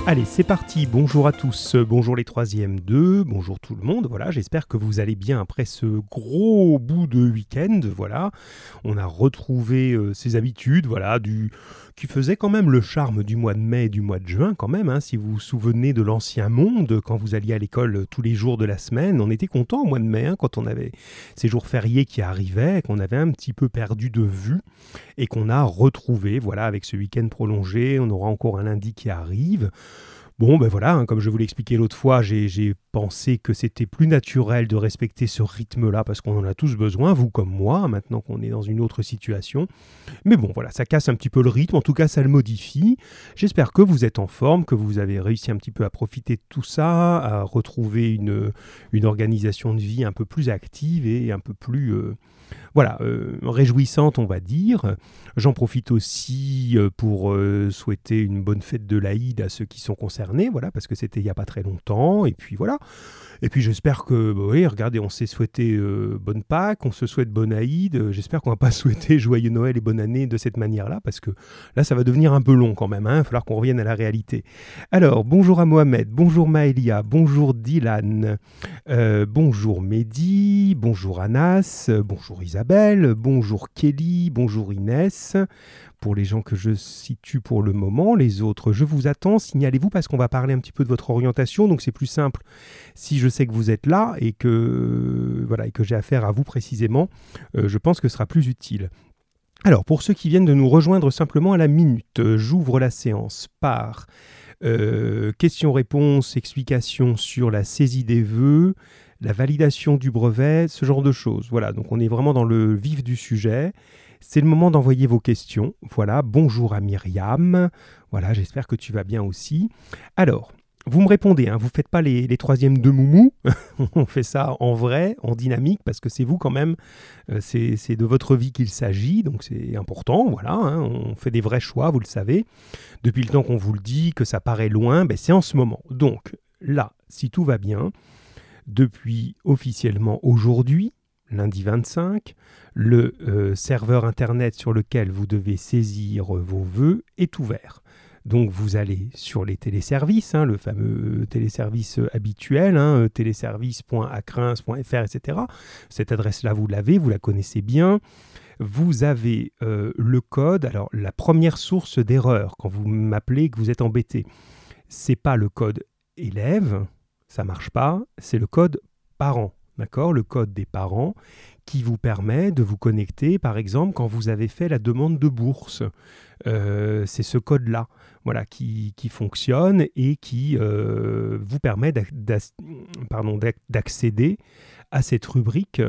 Allez, c'est parti. Bonjour à tous, bonjour les 3e 2, bonjour tout le monde. Voilà, j'espère que vous allez bien après ce gros bout de week-end. Voilà, on a retrouvé ses habitudes, voilà, qui faisait quand même le charme du mois de mai et du mois de juin quand même. Si vous vous souvenez de l'ancien monde, quand vous alliez à l'école tous les jours de la semaine, on était content au mois de mai, quand on avait ces jours fériés qui arrivaient, qu'on avait un petit peu perdu de vue et qu'on a retrouvé. Voilà, avec ce week-end prolongé, on aura encore un lundi qui arrive. Bon, ben voilà, comme je vous l'ai expliqué l'autre fois, j'ai pensé que c'était plus naturel de respecter ce rythme-là parce qu'on en a tous besoin, vous comme moi, maintenant qu'on est dans une autre situation. Mais bon, voilà, ça casse un petit peu le rythme, en tout cas ça le modifie. J'espère que vous êtes en forme, que vous avez réussi un petit peu à profiter de tout ça, à retrouver une organisation de vie un peu plus active et un peu plus... réjouissante, on va dire. J'en profite aussi pour souhaiter une bonne fête de l'Aïd à ceux qui sont concernés, voilà, parce que c'était il n'y a pas très longtemps, et puis voilà. Et puis j'espère que, regardez, on s'est souhaité bonne Pâques, on se souhaite bonne Aïd, j'espère qu'on ne va pas souhaiter joyeux Noël et bonne année de cette manière-là, parce que là, ça va devenir un peu long quand même, il va falloir qu'on revienne à la réalité. Alors, bonjour à Mohamed, bonjour Maëlia, bonjour Dylan, bonjour Mehdi, bonjour Anas, bonjour Isabelle, bonjour Kelly, bonjour Inès. Pour les gens que je situe pour le moment, les autres, je vous attends, signalez-vous parce qu'on va parler un petit peu de votre orientation, donc c'est plus simple si je sais que vous êtes là et que j'ai affaire à vous précisément, je pense que ce sera plus utile. Alors, pour ceux qui viennent de nous rejoindre simplement à la minute, j'ouvre la séance par questions-réponses, explications sur la saisie des vœux, la validation du brevet, ce genre de choses. Voilà, donc on est vraiment dans le vif du sujet. C'est le moment d'envoyer vos questions. Voilà, bonjour à Myriam. Voilà, j'espère que tu vas bien aussi. Alors, vous me répondez, vous ne faites pas les 3e 2 moumous. On fait ça en vrai, en dynamique, parce que c'est vous quand même, c'est de votre vie qu'il s'agit, donc c'est important, voilà. On fait des vrais choix, vous le savez. Depuis le temps qu'on vous le dit, que ça paraît loin, c'est en ce moment. Donc là, si tout va bien, depuis officiellement aujourd'hui, lundi 25, le serveur internet sur lequel vous devez saisir vos vœux est ouvert. Donc vous allez sur les téléservices, le fameux téléservice habituel, téléservice.acrins.fr, etc. Cette adresse-là, vous l'avez, vous la connaissez bien. Vous avez le code. Alors la première source d'erreur, quand vous m'appelez et que vous êtes embêté, c'est pas le code élève, ça marche pas, c'est le code parent. D'accord, le code des parents qui vous permet de vous connecter, par exemple, quand vous avez fait la demande de bourse. C'est ce code-là, voilà, qui fonctionne et qui vous permet d'accéder à cette rubrique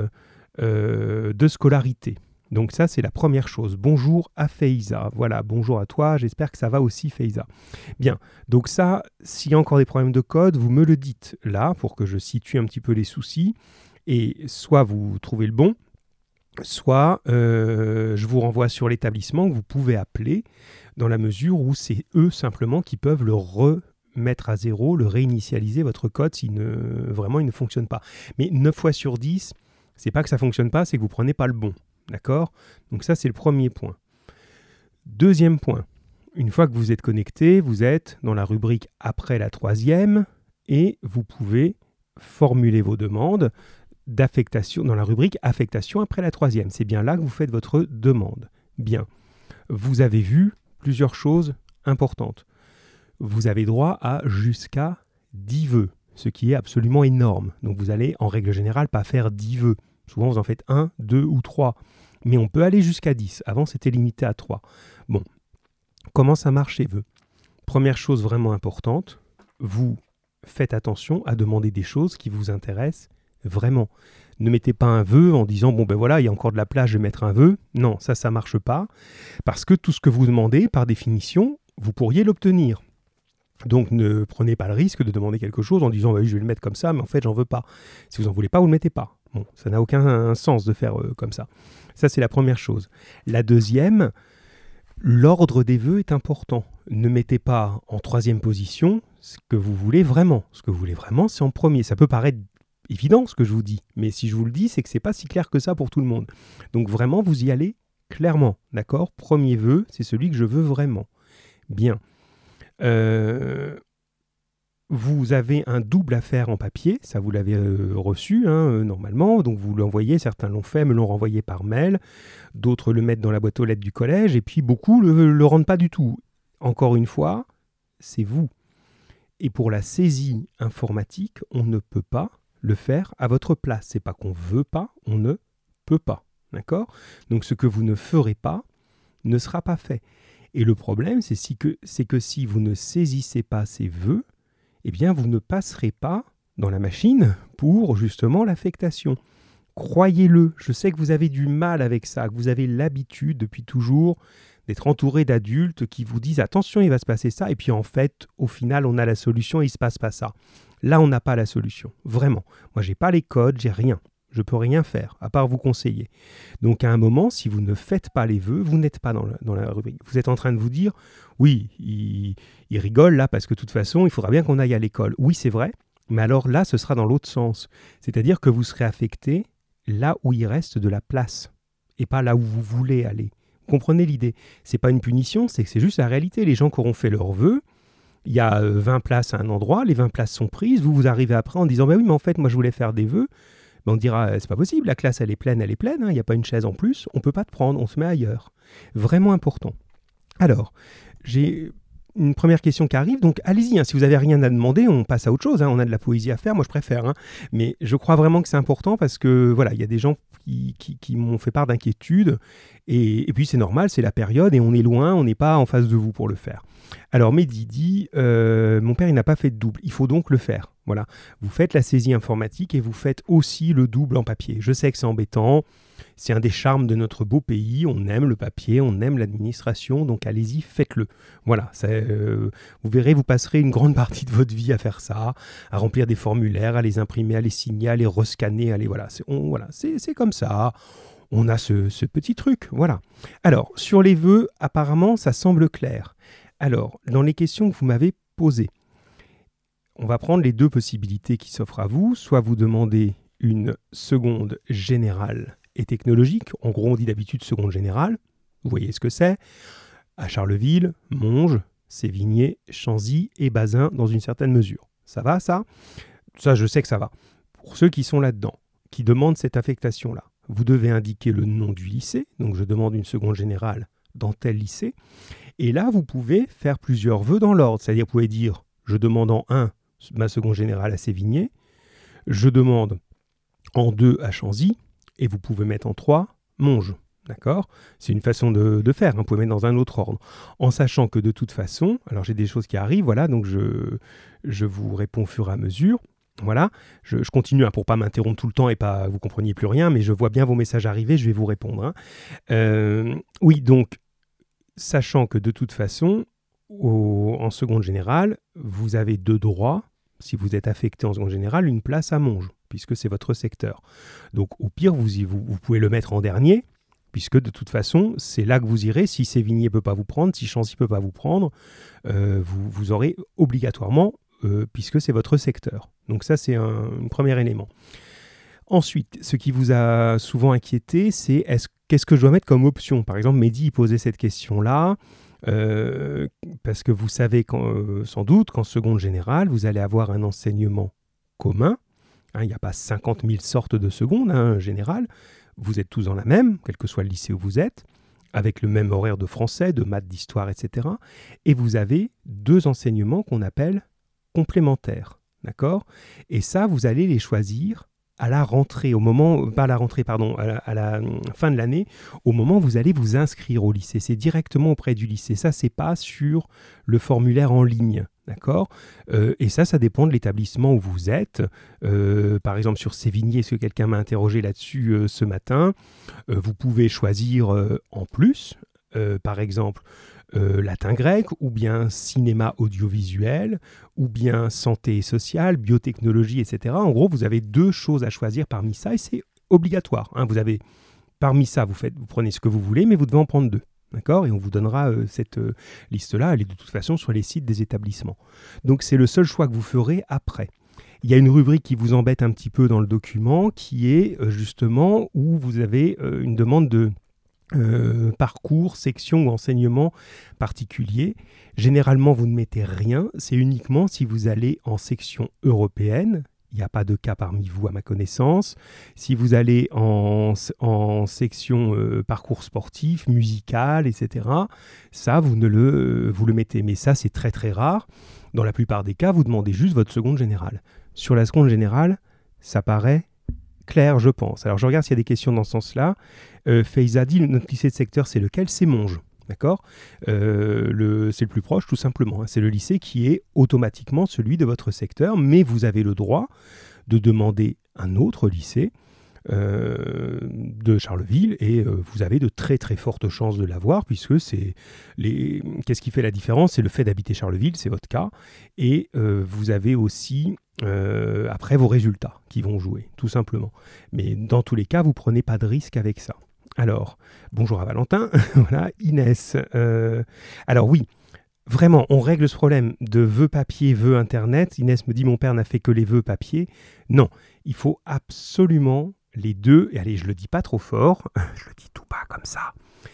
de scolarité. Donc ça, c'est la première chose. Bonjour à Feiza. Voilà, bonjour à toi. J'espère que ça va aussi, Feiza. Bien, donc ça, s'il y a encore des problèmes de code, vous me le dites là pour que je situe un petit peu les soucis. Et soit vous trouvez le bon, soit je vous renvoie sur l'établissement que vous pouvez appeler dans la mesure où c'est eux simplement qui peuvent le remettre à zéro, le réinitialiser, votre code, si vraiment il ne fonctionne pas. Mais 9 fois sur 10, c'est pas que ça ne fonctionne pas, c'est que vous ne prenez pas le bon. D'accord ? Donc ça, c'est le premier point. Deuxième point, une fois que vous êtes connecté, vous êtes dans la rubrique après la 3e et vous pouvez formuler vos demandes d'affectation dans la rubrique affectation après la 3e. C'est bien là que vous faites votre demande. Bien. Vous avez vu plusieurs choses importantes. Vous avez droit à jusqu'à 10 vœux, ce qui est absolument énorme. Donc vous allez en règle générale pas faire 10 vœux. Souvent, vous en faites 1, 2 ou 3. Mais on peut aller jusqu'à 10. Avant, c'était limité à 3. Bon, comment ça marche chez vœux ? Première chose vraiment importante, vous faites attention à demander des choses qui vous intéressent vraiment. Ne mettez pas un vœu en disant « bon ben voilà, il y a encore de la place, je vais mettre un vœu ». Non, ça ne marche pas. Parce que tout ce que vous demandez, par définition, vous pourriez l'obtenir. Donc ne prenez pas le risque de demander quelque chose en disant bah, « oui, je vais le mettre comme ça, mais en fait, j'en veux pas ». Si vous n'en voulez pas, vous ne le mettez pas. Bon, ça n'a aucun sens de faire comme ça. Ça, c'est la première chose. La deuxième, l'ordre des vœux est important. Ne mettez pas en 3e position ce que vous voulez vraiment. Ce que vous voulez vraiment, c'est en premier. Ça peut paraître évident, ce que je vous dis. Mais si je vous le dis, c'est que ce n'est pas si clair que ça pour tout le monde. Donc vraiment, vous y allez clairement. D'accord ? Premier vœu, c'est celui que je veux vraiment. Bien. vous avez un double à faire en papier, ça vous l'avez reçu normalement, donc vous l'envoyez, certains l'ont fait, me l'ont renvoyé par mail, d'autres le mettent dans la boîte aux lettres du collège, et puis beaucoup le rendent pas du tout. Encore une fois, c'est vous. Et pour la saisie informatique, on ne peut pas le faire à votre place. C'est pas qu'on veut pas, on ne peut pas. D'accord ? Donc ce que vous ne ferez pas ne sera pas fait. Et le problème, c'est que si vous ne saisissez pas ces vœux, eh bien vous ne passerez pas dans la machine pour justement l'affectation. Croyez-le, je sais que vous avez du mal avec ça, que vous avez l'habitude depuis toujours d'être entouré d'adultes qui vous disent « attention, il va se passer ça », et puis en fait, au final, on a la solution et il ne se passe pas ça. Là, on n'a pas la solution, vraiment. Moi, je n'ai pas les codes, j'ai rien. Je ne peux rien faire, à part vous conseiller. Donc à un moment, si vous ne faites pas les vœux, vous n'êtes pas dans la rubrique. Vous êtes en train de vous dire « oui, il rigole là, parce que de toute façon, il faudra bien qu'on aille à l'école ». Oui, c'est vrai, mais alors là, ce sera dans l'autre sens. C'est-à-dire que vous serez affecté là où il reste de la place, et pas là où vous voulez aller. Comprenez l'idée. Ce n'est pas une punition, c'est juste la réalité. Les gens qui auront fait leurs vœux, il y a 20 places à un endroit, les 20 places sont prises, vous arrivez après en disant « oui, mais en fait, moi je voulais faire des vœux ». On dira, c'est pas possible, la classe elle est pleine, il n'y a pas une chaise en plus, on ne peut pas te prendre, on se met ailleurs. Vraiment important. Alors, j'ai une première question qui arrive, donc allez-y, si vous n'avez rien à demander, on passe à autre chose, on a de la poésie à faire, moi je préfère, mais je crois vraiment que c'est important parce que voilà, il y a des gens qui m'ont fait part d'inquiétude, et puis c'est normal, c'est la période, et on est loin, on n'est pas en face de vous pour le faire. Alors Mehdi dit, mon père il n'a pas fait de double, il faut donc le faire. Voilà, vous faites la saisie informatique et vous faites aussi le double en papier. Je sais que c'est embêtant, c'est un des charmes de notre beau pays, on aime le papier, on aime l'administration, donc allez-y, faites-le. Voilà, vous verrez, vous passerez une grande partie de votre vie à faire ça, à remplir des formulaires, à les imprimer, à les signer, à les rescanner, c'est comme ça. On a ce petit truc, voilà. Alors, sur les vœux, apparemment, ça semble clair. Alors, dans les questions que vous m'avez posées, on va prendre les deux possibilités qui s'offrent à vous. Soit vous demandez une seconde générale et technologique. En gros, on dit d'habitude seconde générale. Vous voyez ce que c'est. À Charleville, Monge, Sévigné, Chanzy et Bazin dans une certaine mesure. Ça va, ça ? Ça, je sais que ça va. Pour ceux qui sont là-dedans, qui demandent cette affectation-là, vous devez indiquer le nom du lycée. Donc, je demande une seconde générale dans tel lycée. Et là, vous pouvez faire plusieurs vœux dans l'ordre. C'est-à-dire, vous pouvez dire, je demande en 1 ma seconde générale à Sévigné, je demande en 2 à Chanzy, et vous pouvez mettre en 3 Monge. D'accord ? C'est une façon de faire, vous pouvez mettre dans un autre ordre. En sachant que de toute façon, alors j'ai des choses qui arrivent, voilà, donc je vous réponds au fur et à mesure. Voilà, je continue pour ne pas m'interrompre tout le temps et pas vous compreniez plus rien, mais je vois bien vos messages arriver, je vais vous répondre. Oui, donc, sachant que de toute façon, en seconde générale, vous avez de droit, si vous êtes affecté en seconde générale, une place à Monge, puisque c'est votre secteur. Donc au pire, vous pouvez le mettre en dernier, puisque de toute façon, c'est là que vous irez. Si Sévigné ne peut pas vous prendre, si Chanzy ne peut pas vous prendre, vous aurez obligatoirement, puisque c'est votre secteur. Donc ça, c'est un premier élément. Ensuite, ce qui vous a souvent inquiété, c'est qu'est-ce que je dois mettre comme option ? Par exemple, Mehdi, il posait cette question-là, parce que vous savez sans doute qu'en seconde générale, vous allez avoir un enseignement commun. Il n'y a pas 50 000 sortes de secondes générales. Vous êtes tous dans la même, quel que soit le lycée où vous êtes, avec le même horaire de français, de maths, d'histoire, etc. Et vous avez 2 enseignements qu'on appelle complémentaires. D'accord ? Et ça, vous allez les choisir à la rentrée, à la fin de l'année, au moment où vous allez vous inscrire au lycée. C'est directement auprès du lycée. Ça, c'est pas sur le formulaire en ligne, d'accord ? Et ça dépend de l'établissement où vous êtes. Par exemple, sur Sévigné, est-ce que quelqu'un m'a interrogé là-dessus ce matin ? Vous pouvez choisir en plus, par exemple, latin-grec, ou bien cinéma audiovisuel, ou bien santé et sociale, biotechnologie, etc. En gros, vous avez 2 choses à choisir parmi ça, et c'est obligatoire. Vous avez, parmi ça, vous prenez ce que vous voulez, mais vous devez en prendre 2. D'accord ? Et on vous donnera cette liste-là, elle est de toute façon sur les sites des établissements. Donc c'est le seul choix que vous ferez après. Il y a une rubrique qui vous embête un petit peu dans le document, qui est justement où vous avez une demande parcours, section ou enseignement particulier. Généralement, vous ne mettez rien. C'est uniquement si vous allez en section européenne. Il n'y a pas de cas parmi vous à ma connaissance. Si vous allez en section parcours sportif, musical, etc., ça, vous le mettez. Mais ça, c'est très très rare. Dans la plupart des cas, vous demandez juste votre seconde générale. Sur la seconde générale, ça paraît clair, je pense. Alors, je regarde s'il y a des questions dans ce sens-là. Faiza dit, notre lycée de secteur, c'est lequel? C'est Monge. D'accord, c'est le plus proche, tout simplement. C'est le lycée qui est automatiquement celui de votre secteur, mais vous avez le droit de demander un autre lycée de Charleville, et vous avez de très très fortes chances de l'avoir, puisque qu'est-ce qui fait la différence? C'est le fait d'habiter Charleville, c'est votre cas, et vous avez aussi après vos résultats qui vont jouer, tout simplement. Mais dans tous les cas, vous ne prenez pas de risque avec ça. Alors, bonjour à Valentin, voilà, Inès. Alors oui, vraiment, on règle ce problème de vœux papier, vœux internet. Inès me dit, mon père n'a fait que les vœux papier. Non, il faut absolument les deux, et allez, je ne le dis pas trop fort, je le dis tout bas comme ça.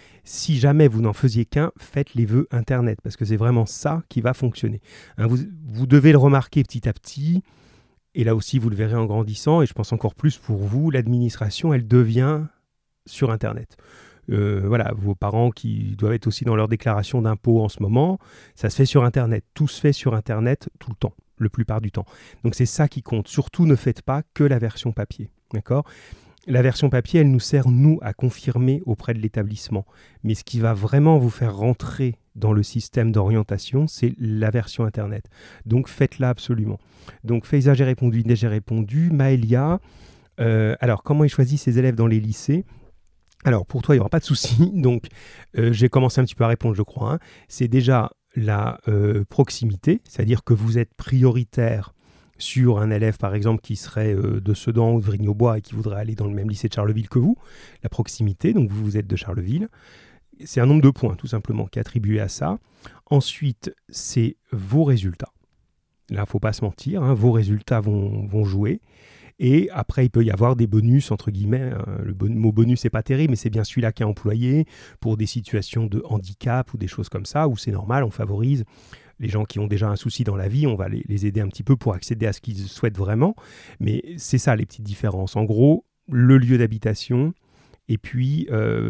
Si jamais vous n'en faisiez qu'un, faites les vœux internet, parce que c'est vraiment ça qui va fonctionner. Hein, vous devez le remarquer petit à petit, et là aussi vous le verrez en grandissant, et je pense encore plus pour vous, l'administration, elle devient sur Internet. Voilà, vos parents qui doivent être aussi dans leur déclaration d'impôt en ce moment, ça se fait sur Internet. Tout se fait sur Internet tout le temps, la plupart du temps. Donc c'est ça qui compte. Surtout, ne faites pas que la version papier. D'accord ? La version papier, elle nous sert, nous, à confirmer auprès de l'établissement. Mais ce qui va vraiment vous faire rentrer dans le système d'orientation, c'est la version Internet. Donc faites-la absolument. Donc Faiza, j'ai répondu. Inès, j'ai répondu. Maëlia, alors comment il choisit ses élèves dans les lycées ? Alors, pour toi, il n'y aura pas de souci. Donc, j'ai commencé un petit peu à répondre, je crois. Hein. C'est déjà la proximité, c'est-à-dire que vous êtes prioritaire sur un élève, par exemple, qui serait de Sedan ou de Vrigne-aux-Bois et qui voudrait aller dans le même lycée de Charleville que vous. La proximité, donc vous êtes de Charleville. C'est un nombre de points, tout simplement, qui est attribué à ça. Ensuite, c'est vos résultats. Là, il ne faut pas se mentir, hein, vos résultats vont jouer. Et après, il peut y avoir des bonus, entre guillemets. Le mot bonus n'est pas terrible, mais c'est bien celui-là qui est employé pour des situations de handicap ou des choses comme ça, où c'est normal, on favorise les gens qui ont déjà un souci dans la vie, on va les aider un petit peu pour accéder à ce qu'ils souhaitent vraiment. Mais c'est ça, les petites différences. En gros, le lieu d'habitation et puis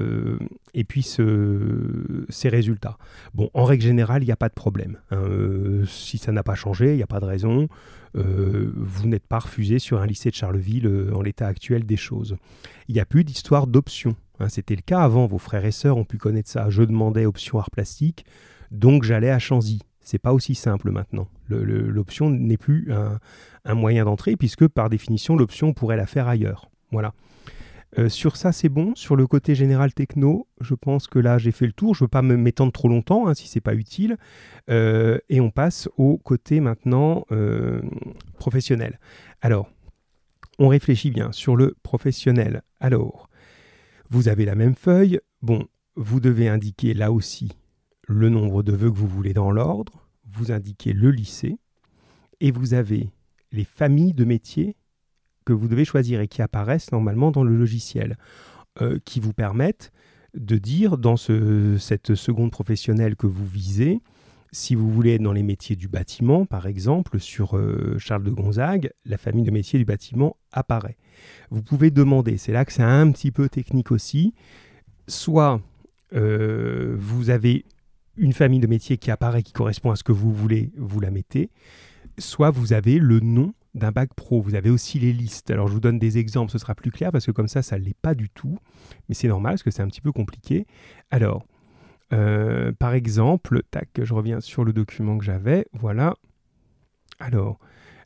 ces résultats. Bon, en règle générale, il n'y a pas de problème. Si ça n'a pas changé, il n'y a pas de raison. Vous n'êtes pas refusé sur un lycée de Charleville en l'état actuel des choses. Il n'y a plus d'histoire d'options. C'était le cas avant, vos frères et sœurs ont pu connaître ça. Je demandais option art plastique, donc j'allais à Chanzy. C'est pas aussi simple maintenant. L'option n'est plus un moyen d'entrée, puisque par définition, l'option pourrait la faire ailleurs. Voilà. Sur ça, c'est bon. Sur le côté général techno, je pense que là, j'ai fait le tour. Je ne veux pas m'étendre trop longtemps, si ce n'est pas utile. Et on passe au côté maintenant professionnel. Alors, on réfléchit bien sur le professionnel. Alors, vous avez la même feuille. Bon, vous devez indiquer là aussi le nombre de vœux que vous voulez dans l'ordre. Vous indiquez le lycée. Et vous avez les familles de métiers que vous devez choisir et qui apparaissent normalement dans le logiciel, qui vous permettent de dire dans cette seconde professionnelle que vous visez, si vous voulez être dans les métiers du bâtiment, par exemple, sur Charles de Gonzague, la famille de métiers du bâtiment apparaît. Vous pouvez demander, c'est là que c'est un petit peu technique aussi, soit vous avez une famille de métiers qui apparaît, qui correspond à ce que vous voulez, vous la mettez, soit vous avez le nom d'un bac pro. Vous avez aussi les listes. Alors, je vous donne des exemples, ce sera plus clair, parce que comme ça ne l'est pas du tout. Mais c'est normal, parce que c'est un petit peu compliqué. Alors, par exemple, tac, je reviens sur le document que j'avais. Voilà. Alors,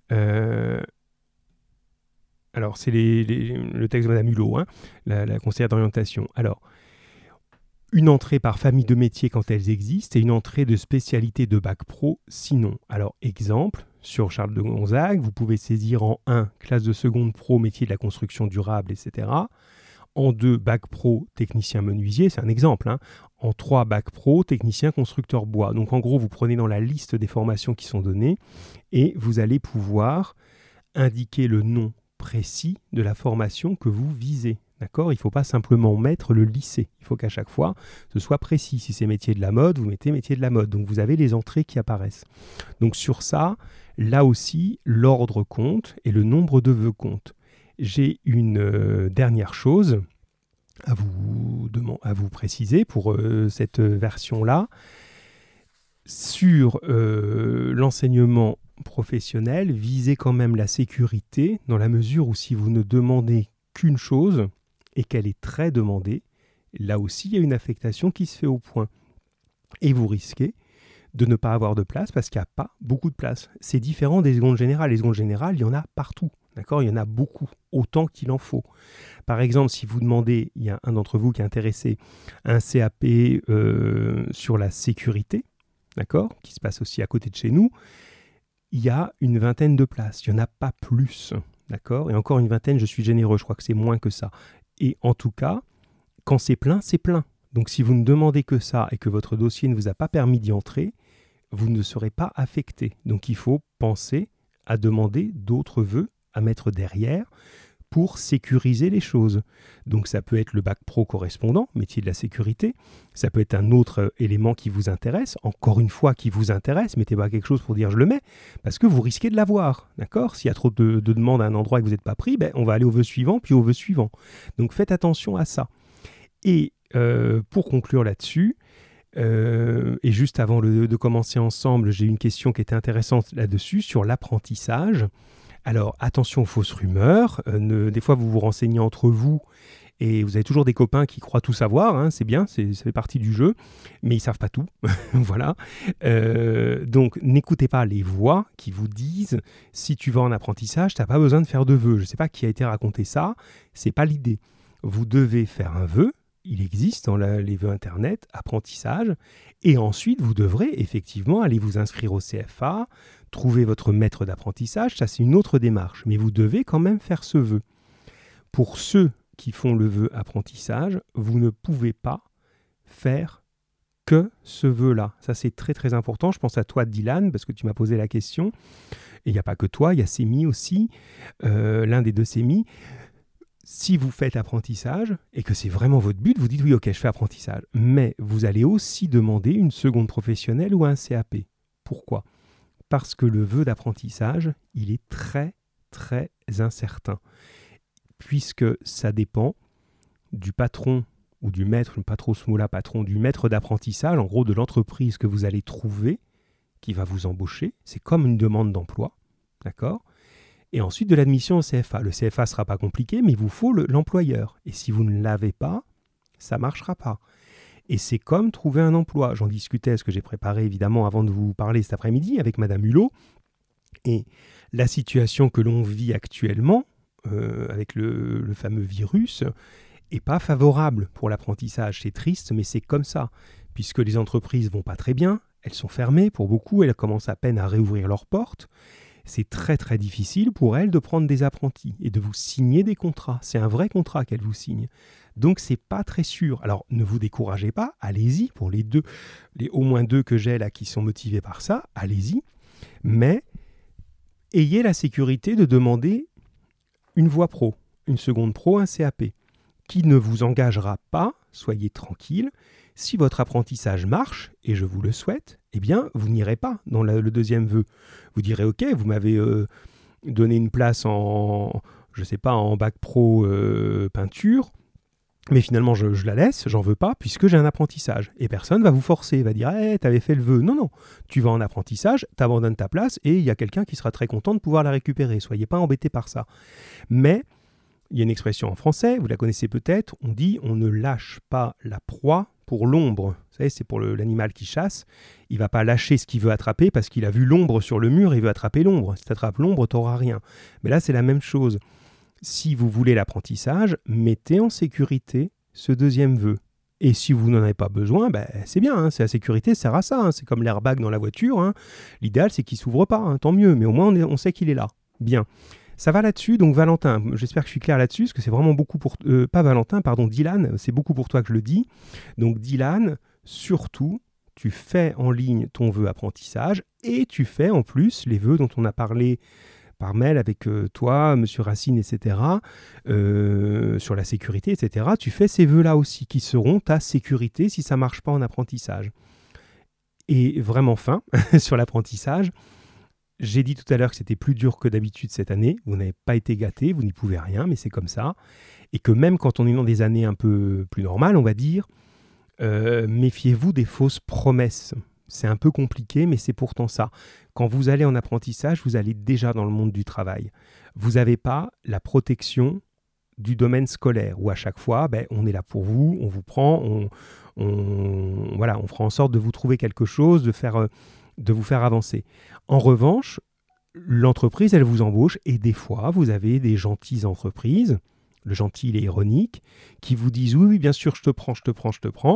c'est le texte de Madame Hulot, hein, la conseillère d'orientation. Alors, une entrée par famille de métiers quand elles existent et une entrée de spécialité de bac pro sinon. Alors, exemple, sur Charles de Gonzague, vous pouvez saisir en 1, classe de seconde pro, métier de la construction durable, etc. En 2, bac pro, technicien menuisier, c'est un exemple. Hein. En 3, bac pro, technicien constructeur bois. Donc en gros, vous prenez dans la liste des formations qui sont données et vous allez pouvoir indiquer le nom précis de la formation que vous visez. D'accord ? Il ne faut pas simplement mettre le lycée. Il faut qu'à chaque fois, ce soit précis. Si c'est métier de la mode, vous mettez métier de la mode. Donc, vous avez les entrées qui apparaissent. Donc, sur ça, là aussi, l'ordre compte et le nombre de vœux compte. J'ai une dernière chose à vous préciser pour cette version-là. Sur l'enseignement professionnel, visez quand même la sécurité dans la mesure où si vous ne demandez qu'une chose et qu'elle est très demandée, là aussi il y a une affectation qui se fait au point. Et vous risquez de ne pas avoir de place parce qu'il n'y a pas beaucoup de place. C'est différent des secondes générales. Les secondes générales, il y en a partout. D'accord ? Il y en a beaucoup, autant qu'il en faut. Par exemple, si vous demandez, il y a un d'entre vous qui est intéressé, un CAP sur la sécurité, d'accord, qui se passe aussi à côté de chez nous, il y a une vingtaine de places. Il n'y en a pas plus, d'accord ? Et encore une vingtaine, je suis généreux, je crois que c'est moins que ça. Et en tout cas, quand c'est plein, c'est plein. Donc si vous ne demandez que ça et que votre dossier ne vous a pas permis d'y entrer, vous ne serez pas affecté. Donc il faut penser à demander d'autres vœux à mettre derrière pour sécuriser les choses. Donc ça peut être le bac pro correspondant, métier de la sécurité, ça peut être un autre élément qui vous intéresse, encore une fois qui vous intéresse, mettez pas quelque chose pour dire je le mets, parce que vous risquez de l'avoir, d'accord ? S'il y a trop de demandes à un endroit et que vous n'êtes pas pris, on va aller au vœu suivant, puis au vœu suivant. Donc faites attention à ça. Et pour conclure là-dessus, et juste avant de commencer ensemble, j'ai une question qui était intéressante là-dessus, sur l'apprentissage. Alors, attention aux fausses rumeurs. Des fois, vous vous renseignez entre vous et vous avez toujours des copains qui croient tout savoir. Hein, c'est bien, ça fait partie du jeu, mais ils ne savent pas tout. Voilà. Donc, n'écoutez pas les voix qui vous disent « si tu vas en apprentissage, tu n'as pas besoin de faire de vœux ». Je ne sais pas qui a été raconté ça, ce n'est pas l'idée. Vous devez faire un vœu. Il existe dans les vœux Internet, apprentissage, et ensuite vous devrez effectivement aller vous inscrire au CFA, trouver votre maître d'apprentissage, ça c'est une autre démarche, mais vous devez quand même faire ce vœu. Pour ceux qui font le vœu apprentissage, vous ne pouvez pas faire que ce vœu-là. Ça c'est très très important, je pense à toi Dylan, parce que tu m'as posé la question, et il n'y a pas que toi, il y a Sémi aussi, l'un des deux Sémi. Si vous faites apprentissage et que c'est vraiment votre but, vous dites oui, ok, je fais apprentissage. Mais vous allez aussi demander une seconde professionnelle ou un CAP. Pourquoi ? Parce que le vœu d'apprentissage, il est très, très incertain. Puisque ça dépend du patron ou du maître, pas trop ce mot-là, patron, du maître d'apprentissage, en gros de l'entreprise que vous allez trouver, qui va vous embaucher. C'est comme une demande d'emploi, d'accord ? Et ensuite de l'admission au CFA. Le CFA ne sera pas compliqué, mais il vous faut l'employeur. Et si vous ne l'avez pas, ça ne marchera pas. Et c'est comme trouver un emploi. J'en discutais, ce que j'ai préparé évidemment avant de vous parler cet après-midi avec Madame Hulot. Et la situation que l'on vit actuellement, avec le fameux virus, n'est pas favorable pour l'apprentissage. C'est triste, mais c'est comme ça. Puisque les entreprises ne vont pas très bien, elles sont fermées pour beaucoup, elles commencent à peine à réouvrir leurs portes. C'est très très difficile pour elles de prendre des apprentis et de vous signer des contrats. C'est un vrai contrat qu'elles vous signent. Donc c'est pas très sûr. Alors ne vous découragez pas, allez-y pour les au moins deux que j'ai là qui sont motivés par ça, allez-y. Mais ayez la sécurité de demander une voie pro, une seconde pro, un CAP, qui ne vous engagera pas, soyez tranquille. Si votre apprentissage marche, et je vous le souhaite, eh bien, vous n'irez pas dans le deuxième vœu. Vous direz, ok, vous m'avez donné une place en bac pro peinture, mais finalement, je la laisse, j'en veux pas, puisque j'ai un apprentissage. Et personne va vous forcer, va dire, t'avais fait le vœu. Non, non, tu vas en apprentissage, t'abandonnes ta place, et il y a quelqu'un qui sera très content de pouvoir la récupérer. Soyez pas embêtés par ça. Mais il y a une expression en français, vous la connaissez peut-être, on dit, on ne lâche pas la proie pour l'ombre. Vous savez, c'est pour l'animal qui chasse. Il ne va pas lâcher ce qu'il veut attraper parce qu'il a vu l'ombre sur le mur, il veut attraper l'ombre. Si tu attrapes l'ombre, tu n'auras rien. Mais là, c'est la même chose. Si vous voulez l'apprentissage, mettez en sécurité ce deuxième vœu. Et si vous n'en avez pas besoin, c'est bien, hein, c'est la sécurité, ça sert à ça. Hein, c'est comme l'airbag dans la voiture. Hein. L'idéal, c'est qu'il ne s'ouvre pas, hein, tant mieux. Mais au moins, on sait qu'il est là. Bien. Ça va là-dessus, donc Valentin, j'espère que je suis clair là-dessus, parce que c'est vraiment beaucoup pour... pas Valentin, pardon, Dylan, c'est beaucoup pour toi que je le dis. Donc Dylan, surtout, tu fais en ligne ton vœu apprentissage et tu fais en plus les vœux dont on a parlé par mail avec toi, Monsieur Racine, etc., sur la sécurité, etc., tu fais ces vœux-là aussi, qui seront ta sécurité si ça ne marche pas en apprentissage. Et vraiment fin, sur l'apprentissage, j'ai dit tout à l'heure que c'était plus dur que d'habitude cette année. Vous n'avez pas été gâtés, vous n'y pouvez rien, mais c'est comme ça. Et que même quand on est dans des années un peu plus normales, on va dire, méfiez-vous des fausses promesses. C'est un peu compliqué, mais c'est pourtant ça. Quand vous allez en apprentissage, vous allez déjà dans le monde du travail. Vous n'avez pas la protection du domaine scolaire, où à chaque fois, on est là pour vous, on vous prend, on fera en sorte de vous trouver quelque chose, de vous faire avancer. En revanche, l'entreprise, elle vous embauche, et des fois, vous avez des gentilles entreprises, le gentil, il est ironique, qui vous disent « Oui, bien sûr, je te prends »,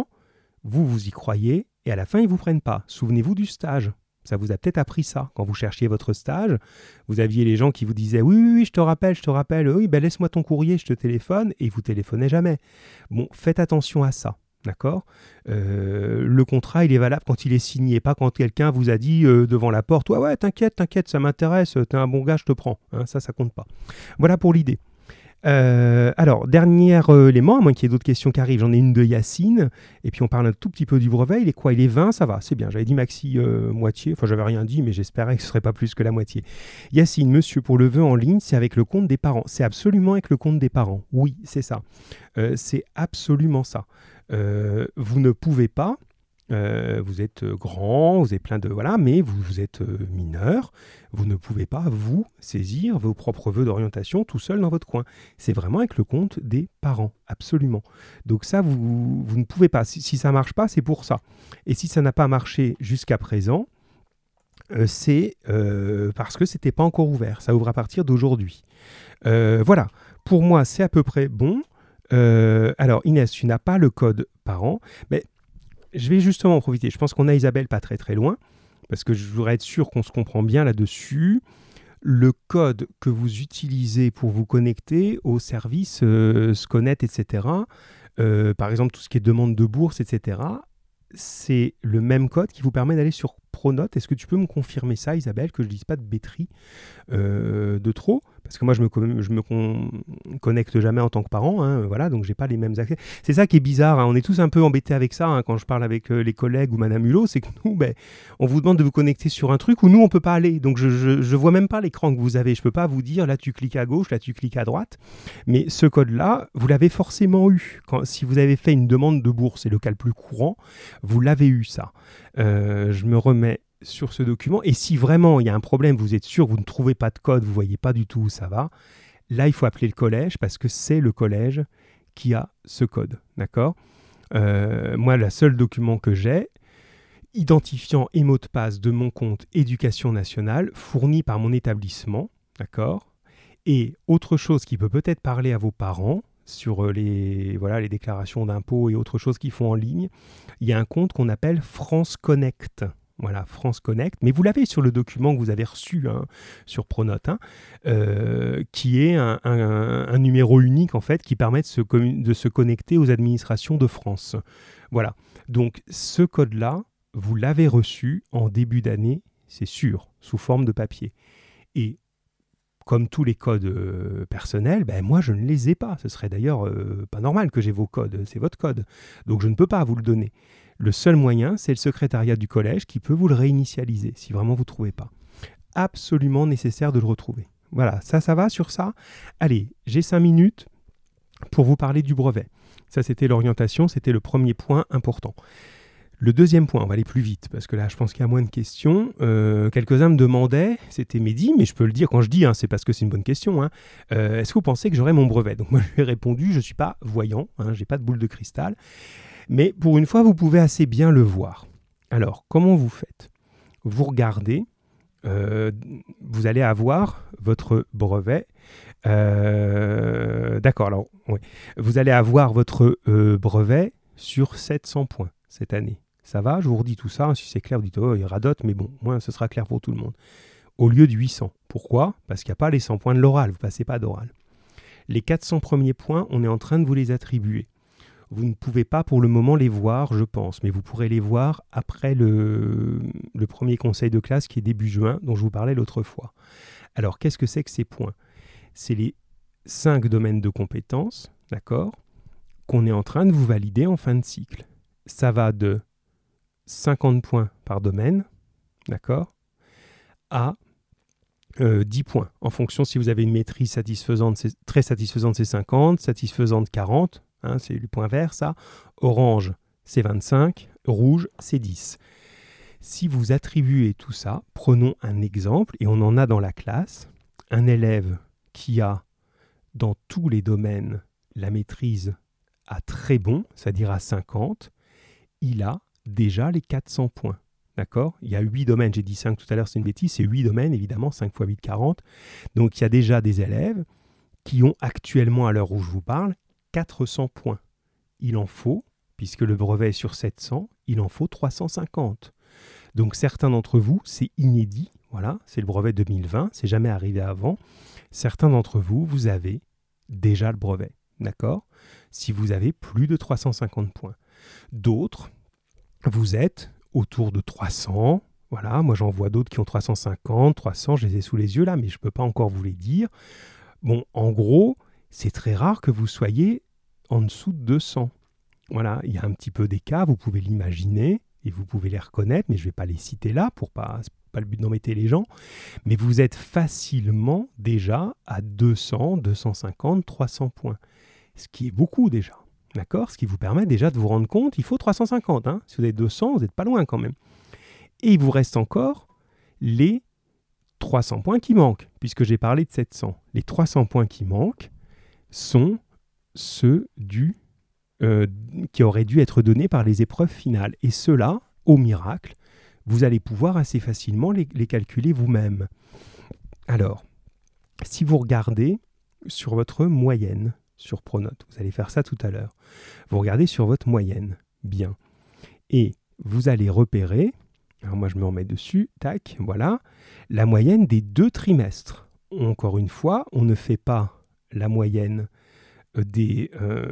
vous y croyez, et à la fin, ils ne vous prennent pas. Souvenez-vous du stage. Ça vous a peut-être appris ça. Quand vous cherchiez votre stage, vous aviez les gens qui vous disaient « Oui, je te rappelle, oui, laisse-moi ton courrier, je te téléphone », et ils ne vous téléphonaient jamais. Bon, faites attention à ça, d'accord ? Le contrat, il est valable quand il est signé, pas quand quelqu'un vous a dit devant la porte « Ouais, t'inquiète, ça m'intéresse, t'es un bon gars, je te prends. » Ça compte pas. Voilà pour l'idée. Alors, dernier élément, à moins qu'il y ait d'autres questions qui arrivent, j'en ai une de Yacine, et puis on parle un tout petit peu du brevet. Il est quoi ? Il est 20, ça va, c'est bien. J'avais dit maxi moitié, enfin j'avais rien dit, mais j'espérais que ce ne serait pas plus que la moitié. Yacine, monsieur, pour le vœu en ligne, c'est avec le compte des parents. C'est absolument avec le compte des parents. Oui, c'est ça. C'est absolument ça. Vous ne pouvez pas, vous êtes grand, vous avez plein de... Voilà, mais vous êtes mineur, vous ne pouvez pas, vous, saisir vos propres vœux d'orientation tout seul dans votre coin. C'est vraiment avec le compte des parents, absolument. Donc ça, vous ne pouvez pas. Si ça ne marche pas, c'est pour ça. Et si ça n'a pas marché jusqu'à présent, c'est parce que ce n'était pas encore ouvert. Ça ouvre à partir d'aujourd'hui. Voilà, pour moi, c'est à peu près bon. Alors Inès, tu n'as pas le code parent, mais... Je vais justement en profiter. Je pense qu'on a Isabelle pas très très loin, parce que je voudrais être sûr qu'on se comprend bien là-dessus. Le code que vous utilisez pour vous connecter au service Sconet, etc., par exemple tout ce qui est demande de bourse, etc., c'est le même code qui vous permet d'aller sur Pronote. Est-ce que tu peux me confirmer ça, Isabelle, que je ne dise pas de bêteries de trop ? Parce que moi, je me connecte jamais en tant que parent, voilà, donc j'ai pas les mêmes accès. C'est ça qui est bizarre, on est tous un peu embêtés avec ça, quand je parle avec les collègues ou Madame Hulot, c'est que nous, on vous demande de vous connecter sur un truc où nous, on peut pas aller. Donc je vois même pas l'écran que vous avez, je peux pas vous dire, là tu cliques à gauche, là tu cliques à droite, mais ce code-là, vous l'avez forcément eu. Si vous avez fait une demande de bourse, c'est le cas le plus courant, vous l'avez eu ça. Je me remets sur ce document, et si vraiment il y a un problème, vous êtes sûr, vous ne trouvez pas de code, vous ne voyez pas du tout où ça va, là il faut appeler le collège, parce que c'est le collège qui a ce code, d'accord ? Moi, le seul document que j'ai, identifiant et mot de passe de mon compte Éducation nationale, fourni par mon établissement, d'accord ? Et autre chose qui peut peut-être parler à vos parents, sur les déclarations d'impôts et autres choses qu'ils font en ligne, il y a un compte qu'on appelle France Connect. Voilà, France Connect, mais vous l'avez sur le document que vous avez reçu sur Pronote, qui est un numéro unique en fait qui permet de se connecter aux administrations de France. Voilà, donc ce code-là, vous l'avez reçu en début d'année, c'est sûr, sous forme de papier. Et comme tous les codes personnels, moi je ne les ai pas. Ce serait d'ailleurs pas normal que j'ai vos codes, c'est votre code. Donc je ne peux pas vous le donner. Le seul moyen, c'est le secrétariat du collège qui peut vous le réinitialiser, si vraiment vous ne trouvez pas. Absolument nécessaire de le retrouver. Voilà, ça va sur ça ? Allez, j'ai 5 minutes pour vous parler du brevet. Ça, c'était l'orientation, c'était le premier point important. Le deuxième point, on va aller plus vite, parce que là, je pense qu'il y a moins de questions. Quelques-uns me demandaient, c'était Mehdi, mais je peux le dire, quand je dis, c'est parce que c'est une bonne question, est-ce que vous pensez que j'aurai mon brevet ? Donc moi, je lui ai répondu, je ne suis pas voyant, je n'ai pas de boule de cristal, mais pour une fois, vous pouvez assez bien le voir. Alors, comment vous faites ? Vous regardez, vous allez avoir votre brevet. D'accord, alors, oui. Vous allez avoir votre brevet sur 700 points cette année. Ça va, je vous redis tout ça. Si c'est clair, vous dites, oh, il radote, mais bon, moins ce sera clair pour tout le monde. Au lieu de 800. Pourquoi ? Parce qu'il n'y a pas les 100 points de l'oral, vous ne passez pas d'oral. Les 400 premiers points, on est en train de vous les attribuer. Vous ne pouvez pas pour le moment les voir, je pense, mais vous pourrez les voir après le premier conseil de classe qui est début juin, dont je vous parlais l'autre fois. Alors, qu'est-ce que c'est que ces points? C'est les 5 domaines de compétences, d'accord, qu'on est en train de vous valider en fin de cycle. Ça va de 50 points par domaine, d'accord, à 10 points, en fonction si vous avez une maîtrise satisfaisante, très satisfaisante, c'est 50, satisfaisante 40, hein, c'est le point vert ça, orange c'est 25, rouge c'est 10. Si vous attribuez tout ça, prenons un exemple, et on en a dans la classe, un élève qui a dans tous les domaines la maîtrise à très bon, c'est-à-dire à 50, il a déjà les 400 points. D'accord? Il y a 8 domaines, j'ai dit 5 tout à l'heure, c'est une bêtise, c'est 8 domaines, évidemment, 5 x 8, 40. Donc il y a déjà des élèves qui ont actuellement, à l'heure où je vous parle, 400 points. Il en faut, puisque le brevet est sur 700, il en faut 350. Donc certains d'entre vous, c'est inédit, voilà, c'est le brevet 2020, c'est jamais arrivé avant. Certains d'entre vous, vous avez déjà le brevet, d'accord? Si vous avez plus de 350 points. D'autres, vous êtes autour de 300, voilà, moi j'en vois d'autres qui ont 350, 300, je les ai sous les yeux là, mais je ne peux pas encore vous les dire. Bon, en gros, c'est très rare que vous soyez en dessous de 200. Voilà, il y a un petit peu des cas, vous pouvez l'imaginer, et vous pouvez les reconnaître, mais je ne vais pas les citer là, c'est pas le but d'embêter les gens, mais vous êtes facilement déjà à 200, 250, 300 points, ce qui est beaucoup déjà. D'accord? Ce qui vous permet déjà de vous rendre compte, il faut 350. Hein. Si vous avez 200, vous n'êtes pas loin quand même. Et il vous reste encore les 300 points qui manquent, puisque j'ai parlé de 700. Les 300 points qui manquent sont ceux qui auraient dû être donnés par les épreuves finales. Et ceux-là, au miracle, vous allez pouvoir assez facilement les calculer vous-même. Alors, si vous regardez sur votre moyenne, sur Pronote. Vous allez faire ça tout à l'heure. Vous regardez sur votre moyenne. Bien. Et vous allez repérer, alors moi je me remets dessus, tac, voilà, la moyenne des 2 trimestres. Encore une fois, on ne fait pas la moyenne de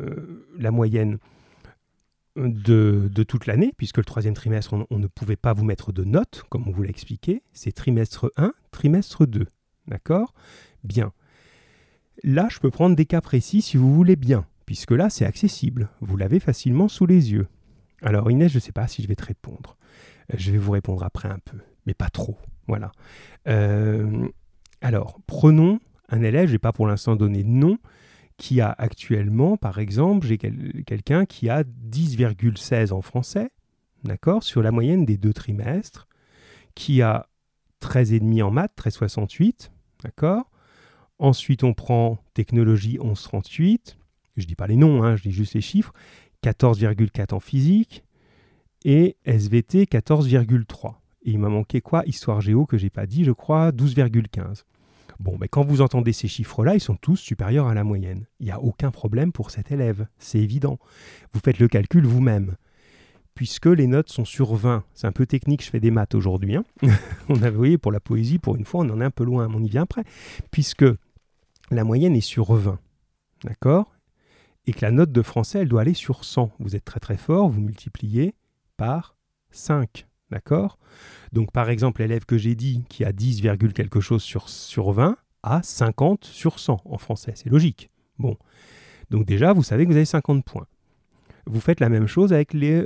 toute l'année, puisque le 3e trimestre, on ne pouvait pas vous mettre de notes, comme on vous l'a expliqué. C'est trimestre 1, trimestre 2. D'accord? Bien. Là, je peux prendre des cas précis si vous voulez bien, puisque là, c'est accessible. Vous l'avez facilement sous les yeux. Alors, Inès, je ne sais pas si je vais te répondre. Je vais vous répondre après un peu, mais pas trop. Voilà. Alors, prenons un élève, je n'ai pas pour l'instant donné de nom, qui a actuellement, par exemple, j'ai quelqu'un qui a 10,16 en français, d'accord, sur la moyenne des 2 trimestres, qui a 13,5 en maths, 13,68, d'accord. Ensuite, on prend technologie 11,38, je ne dis pas les noms, hein, je dis juste les chiffres, 14,4 en physique et SVT 14,3. Et il m'a manqué quoi? Histoire géo que je n'ai pas dit, je crois, 12,15. Bon, mais quand vous entendez ces chiffres-là, ils sont tous supérieurs à la moyenne. Il n'y a aucun problème pour cet élève, c'est évident. Vous faites le calcul vous-même. Puisque les notes sont sur 20. C'est un peu technique, je fais des maths aujourd'hui. Hein. Vous voyez, pour la poésie, pour une fois, on en est un peu loin, mais on y vient après. Puisque la moyenne est sur 20, d'accord? Et que la note de français, elle doit aller sur 100. Vous êtes très très fort, vous multipliez par 5, d'accord? Donc par exemple, l'élève que j'ai dit, qui a 10, quelque chose sur 20, a 50 sur 100 en français. C'est logique. Bon, donc déjà, vous savez que vous avez 50 points. Vous faites la même chose avec les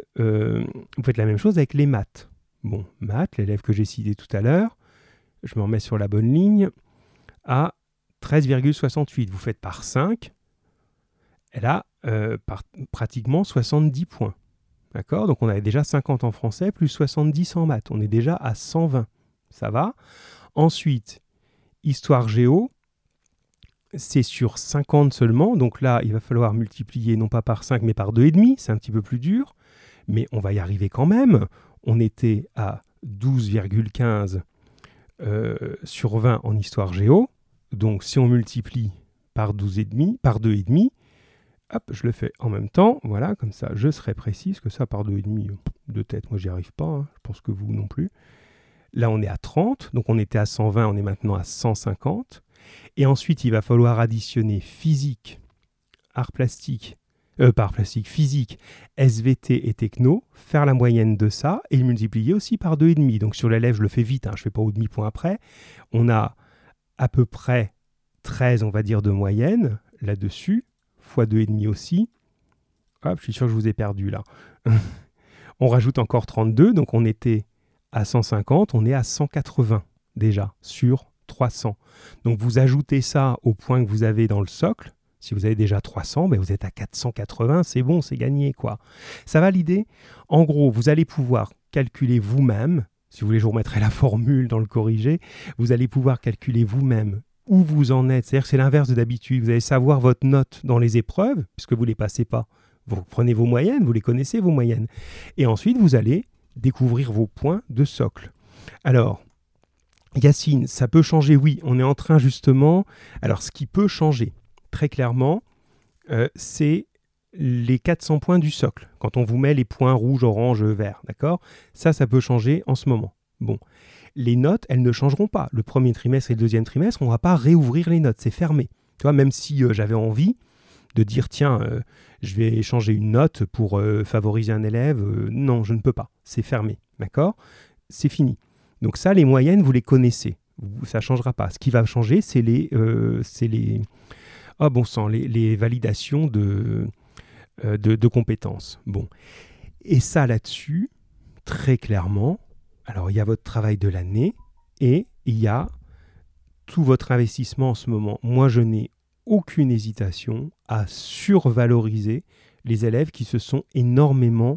maths. Bon, maths, l'élève que j'ai cité tout à l'heure, je me remets sur la bonne ligne, a 13,68. Vous faites par 5, elle a pratiquement 70 points. D'accord? Donc on avait déjà 50 en français, plus 70 en maths. On est déjà à 120. Ça va? Ensuite, histoire géo, c'est sur 50 seulement. Donc là, il va falloir multiplier non pas par 5, mais par 2,5. C'est un petit peu plus dur. Mais on va y arriver quand même. On était à 12,15 sur 20 en histoire géo. Donc si on multiplie par 12,5, par 2,5, hop, je le fais en même temps. Voilà, comme ça, je serai précis. Parce que ça, par 2,5 de tête, moi, j'y arrive pas. Hein. Je pense que vous non plus. Là, on est à 30. Donc on était à 120, on est maintenant à 150. Et ensuite, il va falloir additionner physique, arts plastiques physique, SVT et techno, faire la moyenne de ça et le multiplier aussi par 2,5. Donc sur l'élève, je le fais vite, je ne fais pas au demi-point après. On a à peu près 13, on va dire, de moyenne là-dessus, fois 2,5 aussi. Hop, je suis sûr que je vous ai perdu là. On rajoute encore 32, donc on était à 150, on est à 180 déjà sur 300. Donc vous ajoutez ça au point que vous avez dans le socle. Si vous avez déjà 300, vous êtes à 480, c'est bon, c'est gagné, quoi. Ça va l'idée ? En gros, vous allez pouvoir calculer vous-même, si vous voulez, je vous remettrai la formule dans le corrigé, vous allez pouvoir calculer vous-même où vous en êtes. C'est-à-dire que c'est l'inverse de d'habitude. Vous allez savoir votre note dans les épreuves, puisque vous ne les passez pas. Vous prenez vos moyennes, vous les connaissez, vos moyennes. Et ensuite, vous allez découvrir vos points de socle. Alors, Yacine, ça peut changer, oui. On est en train justement... Alors, ce qui peut changer, très clairement, c'est les 400 points du socle. Quand on vous met les points rouge, orange, vert, d'accord ? Ça peut changer en ce moment. Bon. Les notes, elles ne changeront pas. Le premier trimestre et le deuxième trimestre, on ne va pas réouvrir les notes. C'est fermé. Tu vois, même si j'avais envie de dire, tiens, je vais changer une note pour favoriser un élève. Non, je ne peux pas. C'est fermé. D'accord ? C'est fini. Donc ça, les moyennes, vous les connaissez. Ça ne changera pas. Ce qui va changer, c'est les validations de compétences. Bon. Et ça, là-dessus, très clairement, alors il y a votre travail de l'année et il y a tout votre investissement en ce moment. Moi, je n'ai aucune hésitation à survaloriser les élèves qui se sont énormément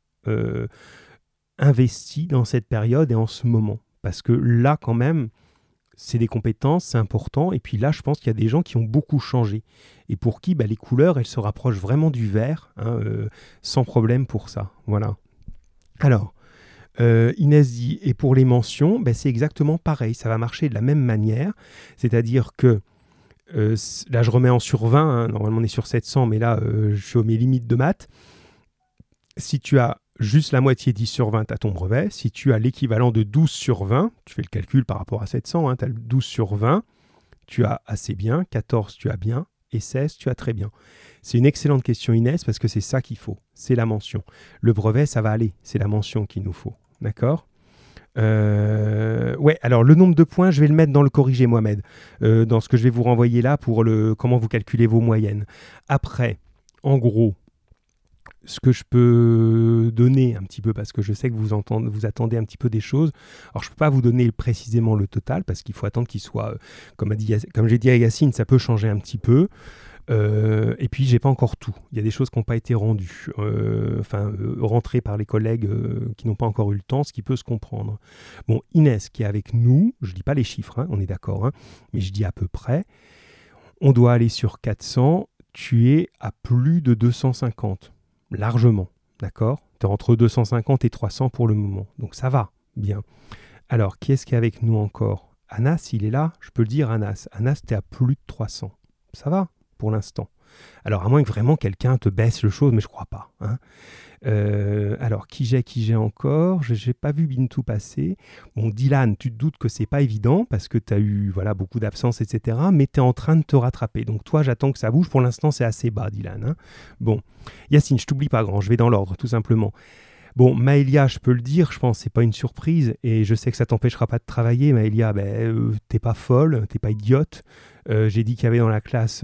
investis dans cette période et en ce moment. Parce que là, quand même, c'est des compétences, c'est important. Et puis là, je pense qu'il y a des gens qui ont beaucoup changé. Et pour qui les couleurs, elles se rapprochent vraiment du vert, sans problème pour ça. Voilà. Alors, Inès dit, et pour les mentions, c'est exactement pareil. Ça va marcher de la même manière. C'est-à-dire que là, je remets en sur 20. Normalement, on est sur 700, mais là, je suis à mes limites de maths. Si tu as juste la moitié 10 sur 20, tu as ton brevet. Si tu as l'équivalent de 12 sur 20, tu fais le calcul par rapport à 700, tu as le 12 sur 20, tu as assez bien, 14 tu as bien, et 16 tu as très bien. C'est une excellente question, Inès, parce que c'est ça qu'il faut, c'est la mention. Le brevet, ça va aller, c'est la mention qu'il nous faut, d'accord ? Ouais, alors le nombre de points, je vais le mettre dans le corrigé, Mohamed, dans ce que je vais vous renvoyer là pour comment vous calculez vos moyennes. Après, en gros, ce que je peux donner un petit peu, parce que je sais que vous attendez un petit peu des choses. Alors, je ne peux pas vous donner précisément le total, parce qu'il faut attendre qu'il soit, comme j'ai dit à Yacine, ça peut changer un petit peu. Et puis, je n'ai pas encore tout. Il y a des choses qui n'ont pas été rendues, rentrées par les collègues qui n'ont pas encore eu le temps, ce qui peut se comprendre. Bon, Inès, qui est avec nous, je ne dis pas les chiffres, on est d'accord, mais je dis à peu près, on doit aller sur 400, tu es à plus de 250. Largement, d'accord ? Tu es entre 250 et 300 pour le moment. Donc ça va, bien. Alors, qui est-ce qui est avec nous encore ? Anas, il est là ? Je peux le dire, Anas. Anas, tu es à plus de 300. Ça va, pour l'instant. Alors, à moins que vraiment quelqu'un te baisse le chose, mais je ne crois pas. Alors, qui j'ai encore ? Je n'ai pas vu Bintou passer. Bon, Dylan, tu te doutes que c'est pas évident parce que tu as eu beaucoup d'absences, etc. Mais tu es en train de te rattraper. Donc, toi, j'attends que ça bouge. Pour l'instant, c'est assez bas, Dylan. Bon, Yacine, je t'oublie pas grand. Je vais dans l'ordre, tout simplement. Bon, Maëlia, je peux le dire, je pense que c'est pas une surprise. Et je sais que ça t'empêchera pas de travailler. Maëlia, t'es pas folle, t'es pas idiote. J'ai dit qu'il y avait dans la classe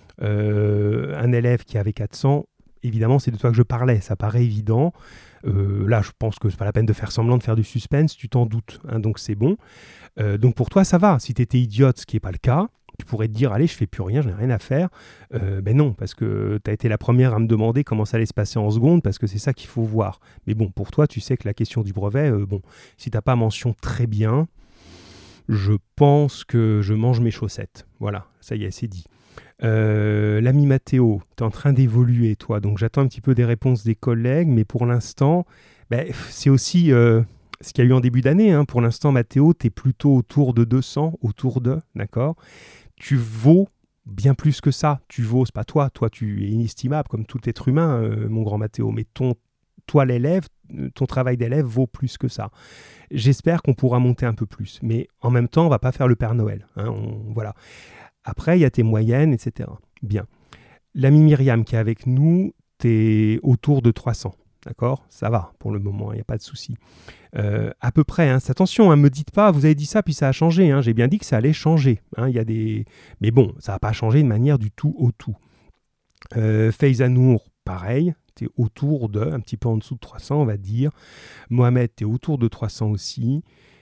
un élève qui avait 400. Évidemment, c'est de toi que je parlais, ça paraît évident. Là, je pense que c'est pas la peine de faire semblant de faire du suspense, tu t'en doutes, donc c'est bon. Donc pour toi, ça va. Si tu étais idiote, ce qui n'est pas le cas, tu pourrais te dire, allez, je fais plus rien, je n'ai rien à faire. Non, parce que tu as été la première à me demander comment ça allait se passer en seconde, parce que c'est ça qu'il faut voir. Mais bon, pour toi, tu sais que la question du brevet, si tu n'as pas mention très bien, je pense que je mange mes chaussettes. Voilà, ça y est, c'est dit. L'ami Mathéo, tu es en train d'évoluer, toi, donc j'attends un petit peu des réponses des collègues, mais pour l'instant, c'est aussi ce qu'il y a eu en début d'année. Pour l'instant, Mathéo, tu es plutôt autour de 200, autour de, d'accord ? Tu vaux bien plus que ça. Tu vaux, c'est pas toi, tu es inestimable comme tout être humain, mon grand Mathéo, mais toi l'élève, ton travail d'élève vaut plus que ça. J'espère qu'on pourra monter un peu plus, mais en même temps, on va pas faire le Père Noël. Voilà. Après, il y a tes moyennes, etc. Bien. L'ami Myriam qui est avec nous, tu es autour de 300. D'accord ? Ça va pour le moment, il n'y a pas de souci. À peu près, hein. Attention, ne me dites pas, vous avez dit ça, puis ça a changé. Hein. J'ai bien dit que ça allait changer. Hein. Y a des... Mais bon, ça va pas changer de manière du tout au tout. Faiza Nour, pareil, tu es autour de, un petit peu en dessous de 300, on va dire. Mohamed, tu es autour de 300 aussi.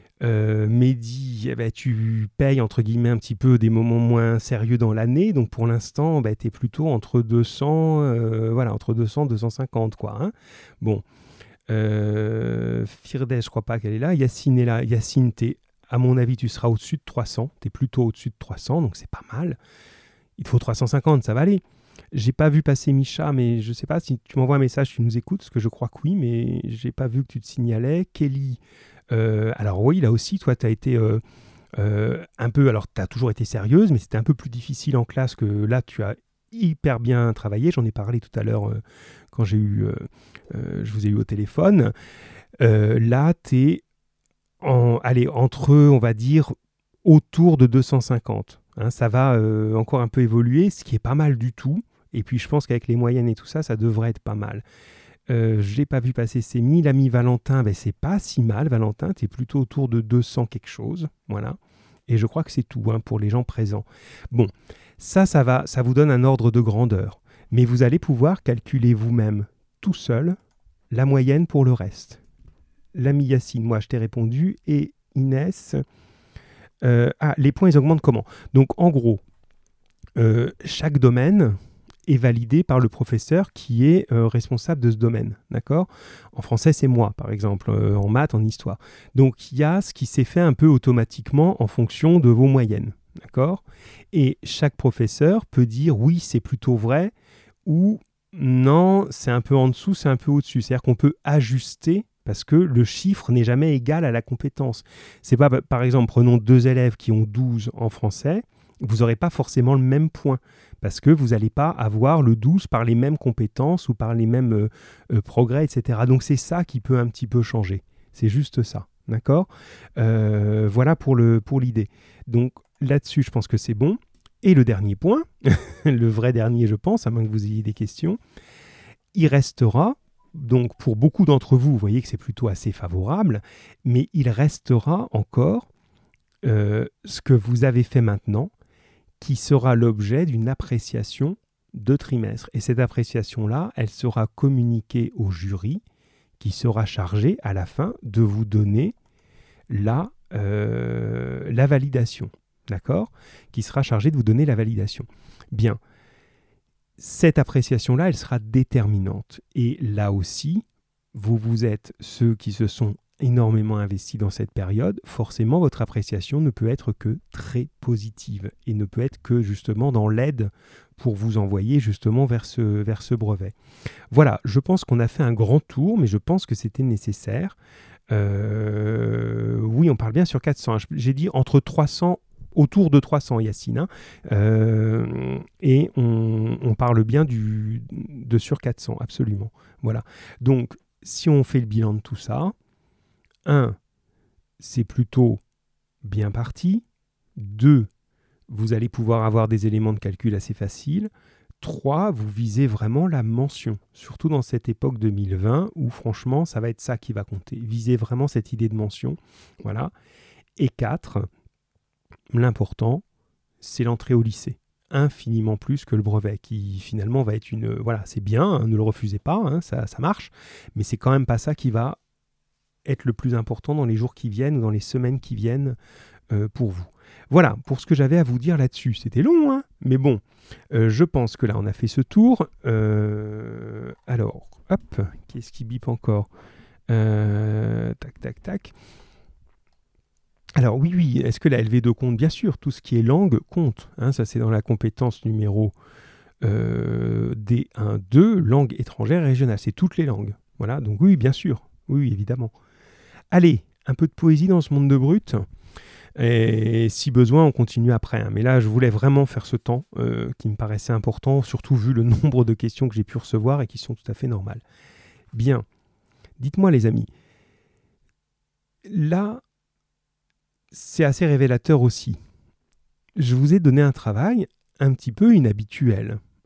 Mehdi, tu payes entre guillemets un petit peu des moments moins sérieux dans l'année, donc pour l'instant tu es plutôt entre 200, entre 200 250 quoi. Hein. Bon, Firdes, je crois pas qu'elle est là. Yacine est là. Yacine, à mon avis, tu seras au-dessus de 300. Tu es plutôt au-dessus de 300, donc c'est pas mal. Il te faut 350, ça va aller. J'ai pas vu passer Micha, mais je sais pas si tu m'envoies un message, tu nous écoutes, parce que je crois que oui, mais j'ai pas vu que tu te signalais. Kelly, alors oui, là aussi, toi, tu as été un peu... Alors, tu as toujours été sérieuse, mais c'était un peu plus difficile en classe que là, tu as hyper bien travaillé. J'en ai parlé tout à l'heure quand je vous ai eu au téléphone. Là, tu es entre, on va dire, autour de 250. Hein, ça va encore un peu évoluer, ce qui est pas mal du tout. Et puis, je pense qu'avec les moyennes et tout ça, ça devrait être pas mal. Je n'ai pas vu passer Sémi. L'ami Valentin, c'est pas si mal. Valentin, tu es plutôt autour de 200 quelque chose. Voilà. Et je crois que c'est tout pour les gens présents. Bon, ça vous donne un ordre de grandeur. Mais vous allez pouvoir calculer vous-même, tout seul, la moyenne pour le reste. L'ami Yacine, moi, je t'ai répondu. Et Inès, les points, ils augmentent comment ? Donc, en gros, chaque domaine est validé par le professeur qui est responsable de ce domaine, d'accord ? En français, c'est moi, par exemple, en maths, en histoire. Donc, il y a ce qui s'est fait un peu automatiquement en fonction de vos moyennes, d'accord ? Et chaque professeur peut dire oui, c'est plutôt vrai, ou non, c'est un peu en dessous, c'est un peu au-dessus. C'est-à-dire qu'on peut ajuster parce que le chiffre n'est jamais égal à la compétence. C'est pas, par exemple, prenons 2 élèves qui ont 12 en français, vous n'aurez pas forcément le même point, parce que vous n'allez pas avoir le 12 par les mêmes compétences ou par les mêmes progrès, etc. Donc c'est ça qui peut un petit peu changer. C'est juste ça, d'accord ? Voilà pour l'idée. Donc là-dessus, je pense que c'est bon. Et le dernier point, le vrai dernier, je pense, à moins que vous ayez des questions, il restera, donc pour beaucoup d'entre vous, vous voyez que c'est plutôt assez favorable, mais il restera encore ce que vous avez fait maintenant, qui sera l'objet d'une appréciation de trimestre. Et cette appréciation-là, elle sera communiquée au jury, qui sera chargé à la fin de vous donner la validation. D'accord ? Qui sera chargé de vous donner la validation. Bien. Cette appréciation-là, elle sera déterminante. Et là aussi, vous êtes ceux qui se sont énormément investi dans cette période, forcément votre appréciation ne peut être que très positive et ne peut être que justement dans l'aide pour vous envoyer justement vers ce brevet. Voilà, je pense qu'on a fait un grand tour, mais je pense que c'était nécessaire. Oui, on parle bien sur 400. J'ai dit entre 300, autour de 300, Yacine. Et on parle bien de sur 400, absolument. Voilà. Donc, si on fait le bilan de tout ça, 1, c'est plutôt bien parti. 2, vous allez pouvoir avoir des éléments de calcul assez faciles. 3, vous visez vraiment la mention, surtout dans cette époque 2020 où franchement, ça va être ça qui va compter. Visez vraiment cette idée de mention. Voilà. Et 4, l'important, c'est l'entrée au lycée. Infiniment plus que le brevet, qui finalement va être une... Voilà, c'est bien, hein, ne le refusez pas, hein, ça marche, mais c'est quand même pas ça qui va être le plus important dans les jours qui viennent ou dans les semaines qui viennent pour vous. Voilà, pour ce que j'avais à vous dire là-dessus. C'était long, hein, mais bon, je pense que là, on a fait ce tour. Alors, hop, qu'est-ce qui bip encore ? Tac, tac, tac. Alors oui, est-ce que la LV2 compte ? Bien sûr, tout ce qui est langue compte. Hein, ça, c'est dans la compétence numéro D1-2, langue étrangère et régionale. C'est toutes les langues. Voilà, donc oui, bien sûr. Oui, évidemment. Allez, un peu de poésie dans ce monde de brut. Et si besoin, on continue après. Hein. Mais là, je voulais vraiment faire ce temps qui me paraissait important, surtout vu le nombre de questions que j'ai pu recevoir et qui sont tout à fait normales. Bien. Dites-moi, les amis. Là, c'est assez révélateur aussi. Je vous ai donné un travail un petit peu inhabituel.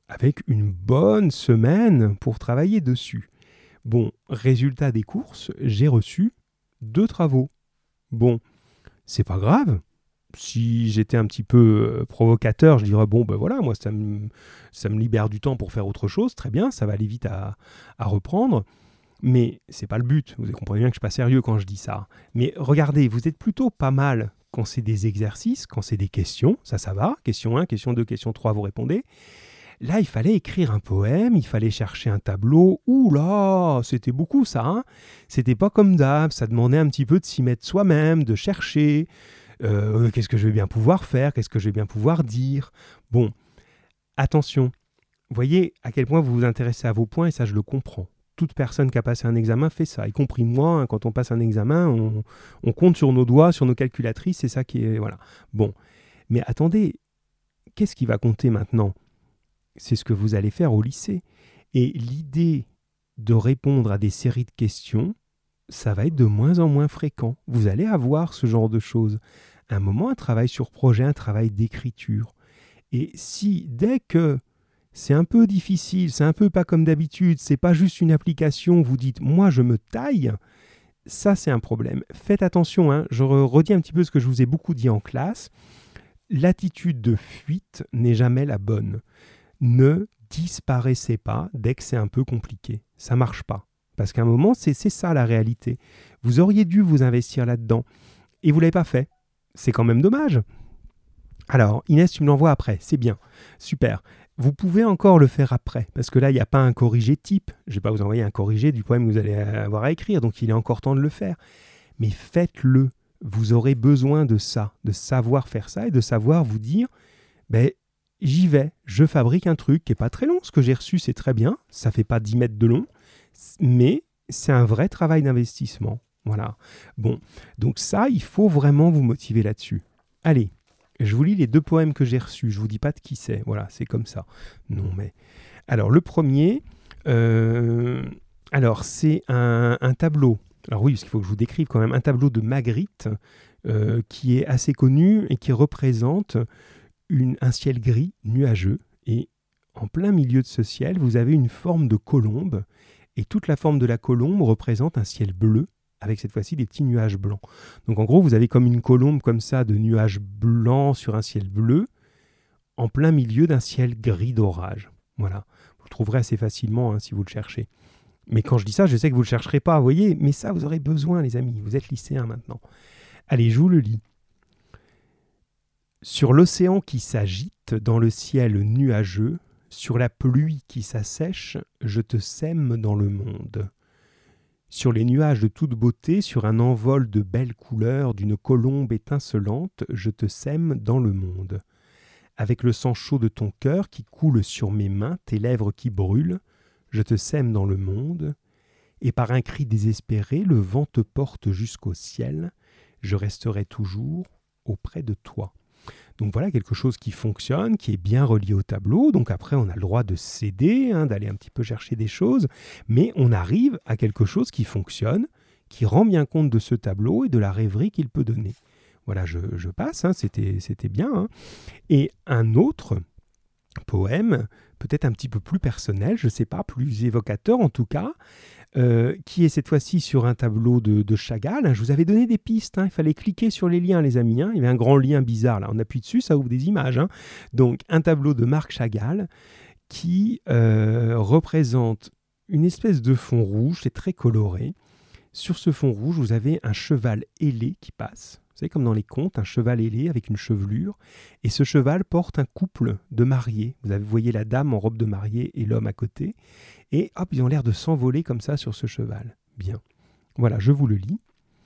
avec une bonne semaine pour travailler dessus. Bon, résultat des courses, j'ai reçu 2 travaux. Bon, c'est pas grave. Si j'étais un petit peu provocateur, je dirais bon ben voilà, moi ça me libère du temps pour faire autre chose, très bien, ça va aller vite à reprendre. Mais c'est pas le but. Vous comprenez bien que je suis pas sérieux quand je dis ça. Mais regardez, vous êtes plutôt pas mal quand c'est des exercices, quand c'est des questions, ça va. Question 1, question 2, question 3, vous répondez. Là, il fallait écrire un poème, il fallait chercher un tableau. Ouh là, c'était beaucoup ça. Hein, c'était pas comme d'hab, ça demandait un petit peu de s'y mettre soi-même, de chercher. Qu'est-ce que je vais bien pouvoir faire? Qu'est-ce que je vais bien pouvoir dire? Bon, attention. Voyez à quel point vous vous intéressez à vos points et ça, je le comprends. Toute personne qui a passé un examen fait ça, y compris moi. Hein, quand on passe un examen, on compte sur nos doigts, sur nos calculatrices, c'est ça qui est... Voilà. Bon, mais attendez, qu'est-ce qui va compter maintenant? C'est ce que vous allez faire au lycée. Et l'idée de répondre à des séries de questions, ça va être de moins en moins fréquent. Vous allez avoir ce genre de choses. À un moment, un travail sur projet, un travail d'écriture. Et si, dès que c'est un peu difficile, c'est un peu pas comme d'habitude, c'est pas juste une application, vous dites « moi je me taille », ça c'est un problème. Faites attention, hein, je redis un petit peu ce que je vous ai beaucoup dit en classe. L'attitude de fuite n'est jamais la bonne. Ne disparaissez pas dès que c'est un peu compliqué. Ça marche pas. Parce qu'à un moment, c'est ça la réalité. Vous auriez dû vous investir là-dedans. Et vous ne l'avez pas fait. C'est quand même dommage. Alors, Inès, tu me l'envoies après. C'est bien. Super. Vous pouvez encore le faire après. Parce que là, il n'y a pas un corrigé type. Je ne vais pas vous envoyer un corrigé du poème que vous allez avoir à écrire. Donc, il est encore temps de le faire. Mais faites-le. Vous aurez besoin de ça. De savoir faire ça et de savoir vous dire j'y vais. Je fabrique un truc qui n'est pas très long. Ce que j'ai reçu, c'est très bien. Ça ne fait pas 10 mètres de long. Mais c'est un vrai travail d'investissement. Voilà. Bon, donc ça, il faut vraiment vous motiver là-dessus. Allez, je vous lis les 2 poèmes que j'ai reçus. Je ne vous dis pas de qui c'est. Voilà, c'est comme ça. Non, mais... Alors, le premier, c'est un tableau. Alors oui, parce qu'il faut que je vous décrive quand même. Un tableau de Magritte qui est assez connu et qui représente un ciel gris, nuageux. Et en plein milieu de ce ciel, vous avez une forme de colombe. Et toute la forme de la colombe représente un ciel bleu, avec cette fois-ci des petits nuages blancs. Donc en gros, vous avez comme une colombe comme ça de nuages blancs sur un ciel bleu, en plein milieu d'un ciel gris d'orage. Voilà, vous le trouverez assez facilement hein, si vous le cherchez. Mais quand je dis ça, je sais que vous ne le chercherez pas, vous voyez, mais ça, vous aurez besoin, les amis. Vous êtes lycéens maintenant. Allez, je vous le lis. Sur l'océan qui s'agite dans le ciel nuageux, sur la pluie qui s'assèche, je te sème dans le monde. Sur les nuages de toute beauté, sur un envol de belles couleurs, d'une colombe étincelante, je te sème dans le monde. Avec le sang chaud de ton cœur qui coule sur mes mains, tes lèvres qui brûlent, je te sème dans le monde. Et par un cri désespéré, le vent te porte jusqu'au ciel, je resterai toujours auprès de toi. Donc voilà quelque chose qui fonctionne, qui est bien relié au tableau. Donc après, on a le droit de céder, d'aller un petit peu chercher des choses, mais on arrive à quelque chose qui fonctionne, qui rend bien compte de ce tableau et de la rêverie qu'il peut donner. Voilà, je passe, c'était bien. Hein. Et un autre poème, peut-être un petit peu plus personnel, je ne sais pas, plus évocateur en tout cas, qui est cette fois-ci sur un tableau de Chagall. Je vous avais donné des pistes, il fallait cliquer sur les liens, les amis. Il y avait un grand lien bizarre, là. On appuie dessus, ça ouvre des images. Donc, un tableau de Marc Chagall qui représente une espèce de fond rouge, c'est très coloré. Sur ce fond rouge, vous avez un cheval ailé qui passe. Vous savez, comme dans les contes, un cheval ailé avec une chevelure. Et ce cheval porte un couple de mariés. Vous voyez la dame en robe de mariée et l'homme à côté. Et hop, ils ont l'air de s'envoler comme ça sur ce cheval. Bien. Voilà, je vous le lis.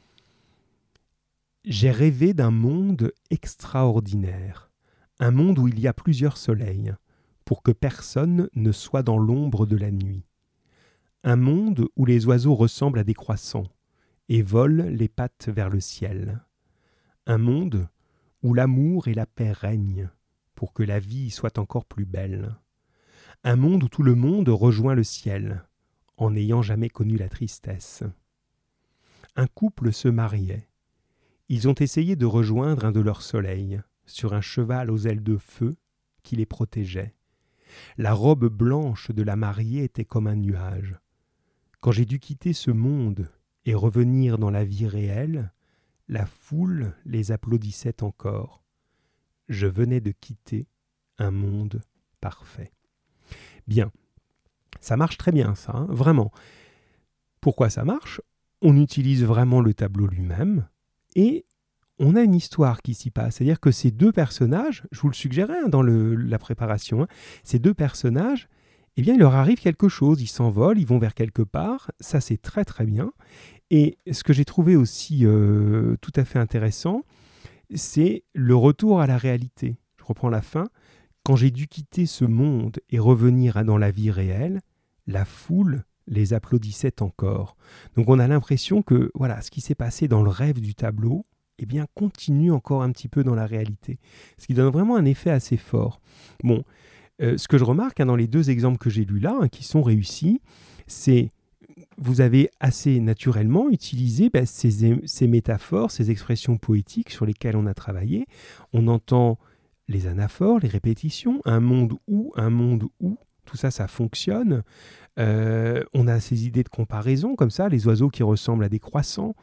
J'ai rêvé d'un monde extraordinaire. Un monde où il y a plusieurs soleils, pour que personne ne soit dans l'ombre de la nuit. Un monde où les oiseaux ressemblent à des croissants et volent les pattes vers le ciel. Un monde où l'amour et la paix règnent, pour que la vie soit encore plus belle. Un monde où tout le monde rejoint le ciel, en n'ayant jamais connu la tristesse. Un couple se mariait. Ils ont essayé de rejoindre un de leurs soleils, sur un cheval aux ailes de feu qui les protégeait. La robe blanche de la mariée était comme un nuage. Quand j'ai dû quitter ce monde et revenir dans la vie réelle, la foule les applaudissait encore. Je venais de quitter un monde parfait. Bien, ça marche très bien ça, hein, vraiment. Pourquoi ça marche ? On utilise vraiment le tableau lui-même et on a une histoire qui s'y passe. C'est-à-dire que ces deux personnages, je vous le suggérais hein, dans la préparation, hein, ces deux personnages, eh bien, il leur arrive quelque chose, ils s'envolent, ils vont vers quelque part, ça c'est très très bien. Et ce que j'ai trouvé aussi tout à fait intéressant, c'est le retour à la réalité. Je reprends la fin. Quand j'ai dû quitter ce monde et revenir dans la vie réelle, la foule les applaudissait encore. Donc on a l'impression que voilà, ce qui s'est passé dans le rêve du tableau, eh bien, continue encore un petit peu dans la réalité. Ce qui donne vraiment un effet assez fort. Bon, ce que je remarque hein, dans les deux exemples que j'ai lus là, hein, qui sont réussis, c'est vous avez assez naturellement utilisé ces métaphores, ces expressions poétiques sur lesquelles on a travaillé. On entend les anaphores, les répétitions, un monde où, tout ça, ça fonctionne. On a ces idées de comparaison, comme ça, les oiseaux qui ressemblent à des croissants,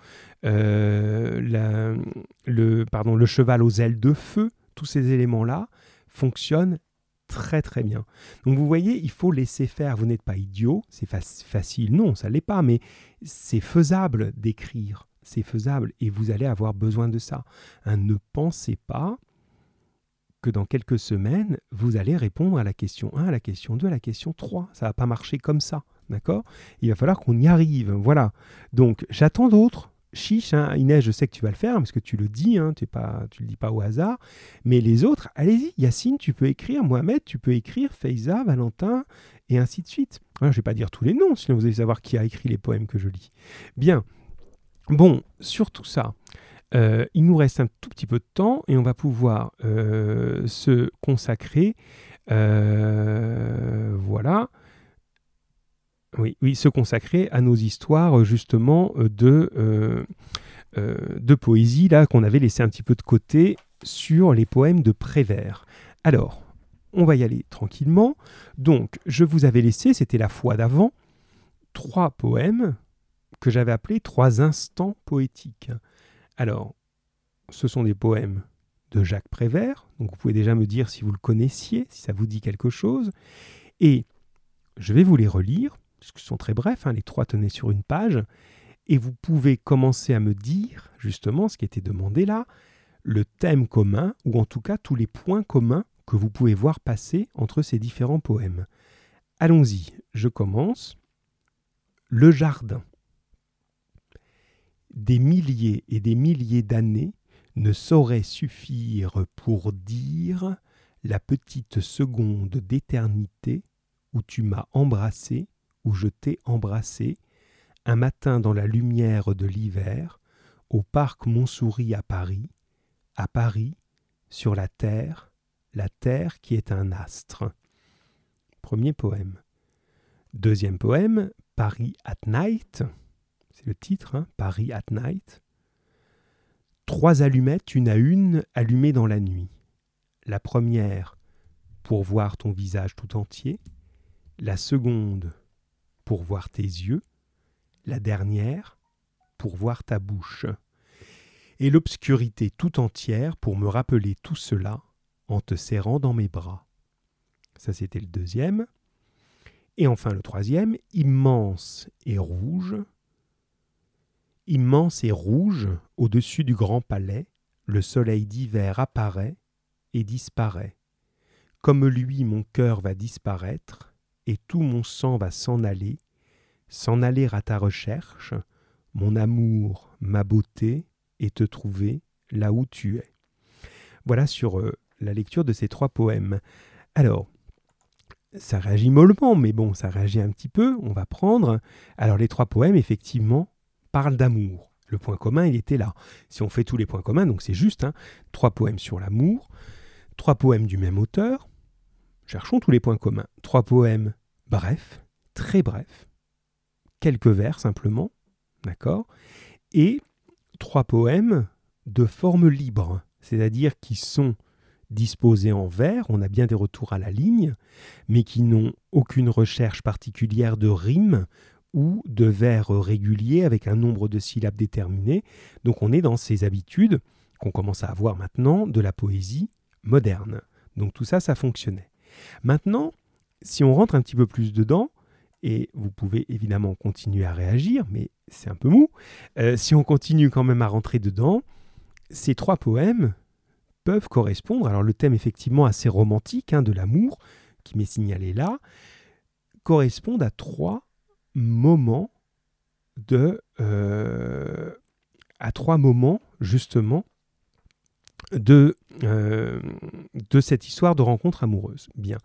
le cheval aux ailes de feu, tous ces éléments-là fonctionnent très très bien. Donc vous voyez, il faut laisser faire, vous n'êtes pas idiot, c'est facile, non, ça ne l'est pas, mais c'est faisable d'écrire, c'est faisable et vous allez avoir besoin de ça. Hein, ne pensez pas que dans quelques semaines, vous allez répondre à la question 1, à la question 2, à la question 3. Ça ne va pas marcher comme ça, d'accord ? Il va falloir qu'on y arrive, voilà. Donc j'attends d'autres. Chiche, hein, Inès, je sais que tu vas le faire, parce que tu le dis, hein, tu le dis pas au hasard, mais les autres, allez-y, Yacine, tu peux écrire, Mohamed, tu peux écrire, Faiza, Valentin, et ainsi de suite. Alors, je ne vais pas dire tous les noms, sinon vous allez savoir qui a écrit les poèmes que je lis. Bien, bon, sur tout ça, il nous reste un tout petit peu de temps, et on va pouvoir se consacrer, voilà, oui, se consacrer à nos histoires justement de poésie là qu'on avait laissé un petit peu de côté sur les poèmes de Prévert. Alors, on va y aller tranquillement. Donc, je vous avais laissé, c'était la fois d'avant, 3 poèmes que j'avais appelés 3 instants poétiques. Alors, ce sont des poèmes de Jacques Prévert, donc vous pouvez déjà me dire si vous le connaissiez, si ça vous dit quelque chose, et je vais vous les relire, parce qu'ils sont très brefs, hein, les 3 tenaient sur une page, et vous pouvez commencer à me dire, justement, ce qui était demandé là, le thème commun, ou en tout cas tous les points communs que vous pouvez voir passer entre ces différents poèmes. Allons-y, je commence. Le jardin. Des milliers et des milliers d'années ne sauraient suffire pour dire la petite seconde d'éternité où tu m'as embrassé, où je t'ai embrassé, un matin dans la lumière de l'hiver, au parc Montsouris à Paris, sur la terre qui est un astre. Premier poème. Deuxième poème, Paris at Night, c'est le titre, hein, Paris at Night. 3 allumettes, une à une, allumées dans la nuit. La première, pour voir ton visage tout entier. La seconde, pour voir tes yeux. La dernière, pour voir ta bouche. Et l'obscurité tout entière pour me rappeler tout cela en te serrant dans mes bras. Ça, c'était le deuxième. Et enfin, le troisième, immense et rouge. Immense et rouge, au-dessus du grand palais, le soleil d'hiver apparaît et disparaît. Comme lui, mon cœur va disparaître, et tout mon sang va s'en aller à ta recherche, mon amour, ma beauté, et te trouver là où tu es. Voilà sur la lecture de ces 3 poèmes. Alors, ça réagit mollement, mais bon, ça réagit un petit peu, on va prendre. Alors, les 3 poèmes, effectivement, parlent d'amour. Le point commun, il était là. Si on fait tous les points communs, donc c'est juste, 3 poèmes sur l'amour, 3 poèmes du même auteur. Cherchons tous les points communs. 3 poèmes brefs, très brefs, quelques vers simplement, d'accord ? Et 3 poèmes de forme libre, c'est-à-dire qui sont disposés en vers, on a bien des retours à la ligne, mais qui n'ont aucune recherche particulière de rime ou de vers réguliers avec un nombre de syllabes déterminé. Donc on est dans ces habitudes qu'on commence à avoir maintenant de la poésie moderne. Donc tout ça, ça fonctionnait. Maintenant, si on rentre un petit peu plus dedans, et vous pouvez évidemment continuer à réagir, mais c'est un peu mou, si on continue quand même à rentrer dedans, ces 3 poèmes peuvent correspondre, alors le thème effectivement assez romantique de l'amour, qui m'est signalé là, correspondent à 3 moments justement de cette histoire de rencontre amoureuse. Bien.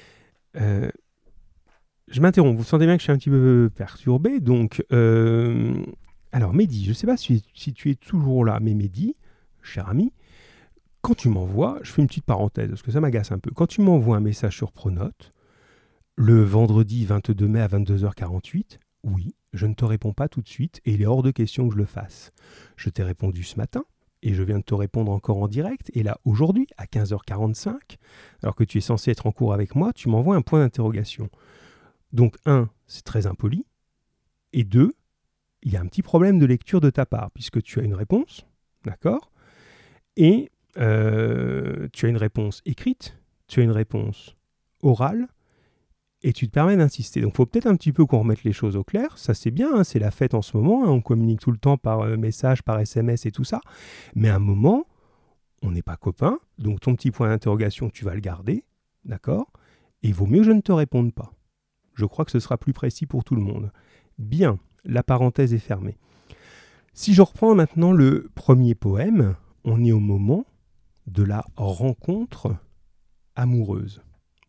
Je m'interromps, vous sentez bien que je suis un petit peu perturbé, donc alors Mehdi, je ne sais pas si tu es toujours là, mais Mehdi, cher ami, quand tu m'envoies, je fais une petite parenthèse parce que ça m'agace un peu, quand tu m'envoies un message sur Pronote, le vendredi 22 mai à 22h48, oui, je ne te réponds pas tout de suite et il est hors de question que je le fasse. Je t'ai répondu ce matin et je viens de te répondre encore en direct, et là aujourd'hui, à 15h45, alors que tu es censé être en cours avec moi, tu m'envoies un point d'interrogation. Donc 1, c'est très impoli, et 2, il y a un petit problème de lecture de ta part, puisque tu as une réponse, d'accord ? Et tu as une réponse écrite, tu as une réponse orale, et tu te permets d'insister. Donc il faut peut-être un petit peu qu'on remette les choses au clair, ça c'est bien, c'est la fête en ce moment, on communique tout le temps par message, par SMS et tout ça, mais à un moment, on n'est pas copains, donc ton petit point d'interrogation, tu vas le garder, d'accord ? Et il vaut mieux que je ne te réponde pas. Je crois que ce sera plus précis pour tout le monde. Bien, la parenthèse est fermée. Si je reprends maintenant le premier poème, on est au moment de la rencontre amoureuse. D'accord ?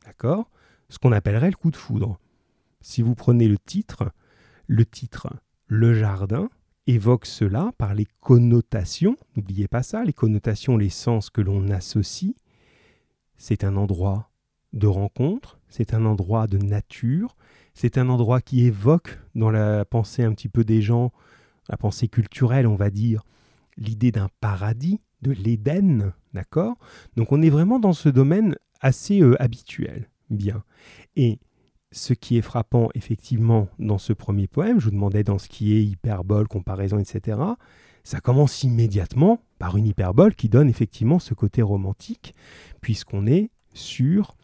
Ce qu'on appellerait le coup de foudre. Si vous prenez le titre, Le Jardin, évoque cela par les connotations. N'oubliez pas ça, les connotations, les sens que l'on associe. C'est un endroit de rencontre, c'est un endroit de nature, c'est un endroit qui évoque dans la pensée un petit peu des gens, la pensée culturelle on va dire, l'idée d'un paradis, de l'Éden, d'accord ? Donc on est vraiment dans ce domaine assez habituel. Bien. Et ce qui est frappant effectivement dans ce premier poème, je vous demandais dans ce qui est hyperbole, comparaison, etc., ça commence immédiatement par une hyperbole qui donne effectivement ce côté romantique, puisqu'on est sur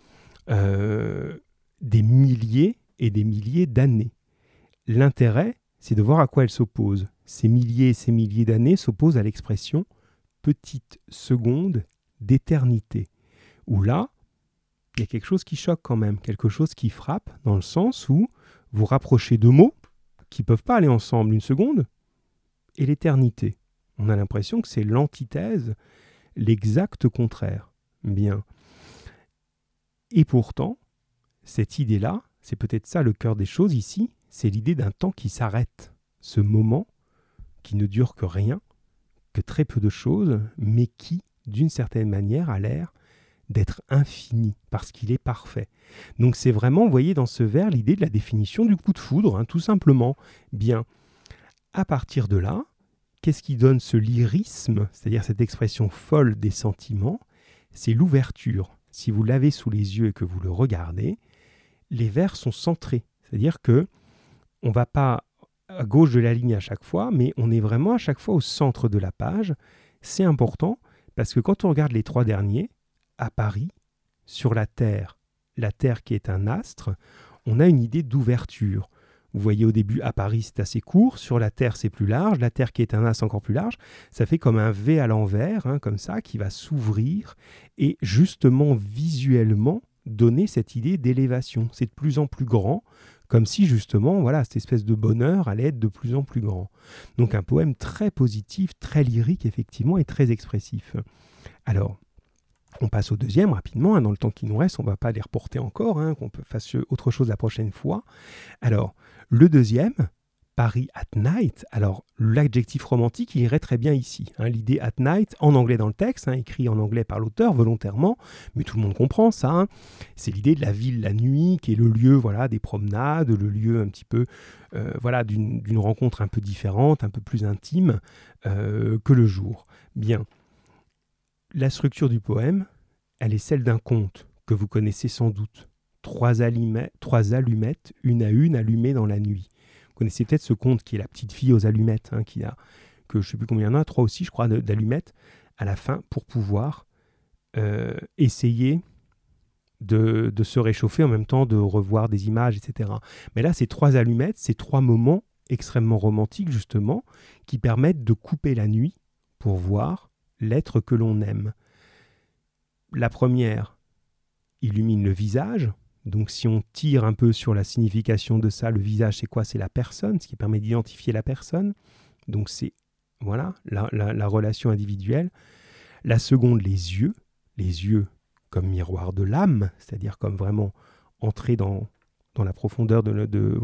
des milliers et des milliers d'années. L'intérêt, c'est de voir à quoi elle s'oppose. Ces milliers et ces milliers d'années s'opposent à l'expression « petite seconde d'éternité », où là, il y a quelque chose qui choque quand même, quelque chose qui frappe, dans le sens où vous rapprochez 2 mots qui ne peuvent pas aller ensemble, une seconde et l'éternité. On a l'impression que c'est l'antithèse, l'exact contraire. Bien. Et pourtant, cette idée-là, c'est peut-être ça le cœur des choses ici, c'est l'idée d'un temps qui s'arrête. Ce moment qui ne dure que rien, que très peu de choses, mais qui, d'une certaine manière, a l'air d'être infini, parce qu'il est parfait. Donc c'est vraiment, vous voyez dans ce vers, l'idée de la définition du coup de foudre, tout simplement. Bien, à partir de là, qu'est-ce qui donne ce lyrisme, c'est-à-dire cette expression folle des sentiments ? C'est l'ouverture. Si vous l'avez sous les yeux et que vous le regardez, les vers sont centrés. C'est-à-dire que on ne va pas à gauche de la ligne à chaque fois, mais on est vraiment à chaque fois au centre de la page. C'est important parce que quand on regarde les 3 derniers, à Paris, sur la Terre qui est un astre, on a une idée d'ouverture. Vous voyez au début, à Paris, c'est assez court, sur la Terre, c'est plus large, la Terre qui est un astre encore plus large, ça fait comme un V à l'envers, comme ça, qui va s'ouvrir et justement visuellement donner cette idée d'élévation. C'est de plus en plus grand, comme si justement, voilà, cette espèce de bonheur allait être de plus en plus grand. Donc un poème très positif, très lyrique effectivement et très expressif. Alors, on passe au deuxième rapidement, dans le temps qui nous reste, on ne va pas les reporter encore, qu'on peut fasse autre chose la prochaine fois. Alors, le deuxième, Paris at Night, alors l'adjectif romantique, il irait très bien ici. L'idée at night, en anglais dans le texte, écrit en anglais par l'auteur volontairement, mais tout le monde comprend ça. C'est l'idée de la ville la nuit, qui est le lieu des promenades, le lieu un petit peu d'une rencontre un peu différente, un peu plus intime que le jour. Bien. La structure du poème, elle est celle d'un conte que vous connaissez sans doute. 3 allumettes, une à une, allumées dans la nuit. Vous connaissez peut-être ce conte qui est la petite fille aux allumettes, qui a, que je ne sais plus combien il y en a, 3 aussi, je crois, d'allumettes à la fin pour pouvoir essayer de se réchauffer en même temps, de revoir des images, etc. Mais là, ces 3 allumettes, ces 3 moments extrêmement romantiques, justement, qui permettent de couper la nuit pour voir l'être que l'on aime. La première illumine le visage. Donc, si on tire un peu sur la signification de ça, le visage, c'est quoi? C'est la personne, ce qui permet d'identifier la personne. Donc, c'est voilà la relation individuelle. La seconde, les yeux comme miroir de l'âme, c'est-à-dire comme vraiment entrer dans la profondeur de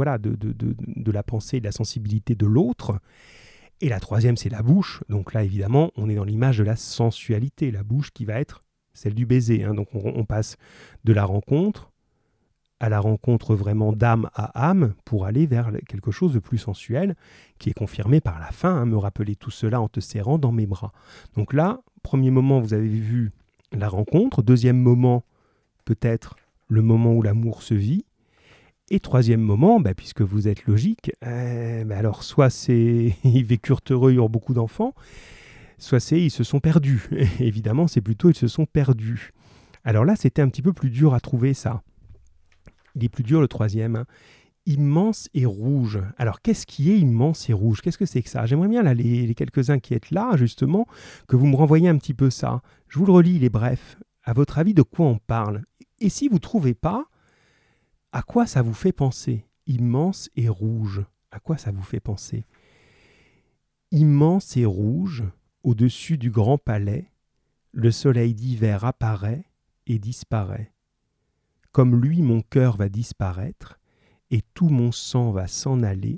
la pensée, de la sensibilité de l'autre. Et la troisième, c'est la bouche. Donc là, évidemment, on est dans l'image de la sensualité, la bouche qui va être celle du baiser. Donc on passe de la rencontre à la rencontre vraiment d'âme à âme pour aller vers quelque chose de plus sensuel qui est confirmé par la fin, me rappeler tout cela en te serrant dans mes bras. Donc là, premier moment, vous avez vu la rencontre. Deuxième moment, peut-être le moment où l'amour se vit. Et troisième moment, puisque vous êtes logique, alors soit c'est ils vécurent heureux, ils eurent beaucoup d'enfants, soit c'est ils se sont perdus. Évidemment, c'est plutôt ils se sont perdus. Alors là, c'était un petit peu plus dur à trouver ça. Il est plus dur le troisième. Immense et rouge. Alors, qu'est-ce qui est immense et rouge? Qu'est-ce que c'est que ça? J'aimerais bien, là, les quelques-uns qui êtes là, justement, que vous me renvoyiez un petit peu ça. Je vous le relis, il est bref. À votre avis, de quoi on parle? Et si vous ne trouvez pas, à quoi ça vous fait penser? Immense et rouge. À quoi ça vous fait penser? Immense et rouge, au-dessus du grand palais, le soleil d'hiver apparaît et disparaît. Comme lui, mon cœur va disparaître, et tout mon sang va s'en aller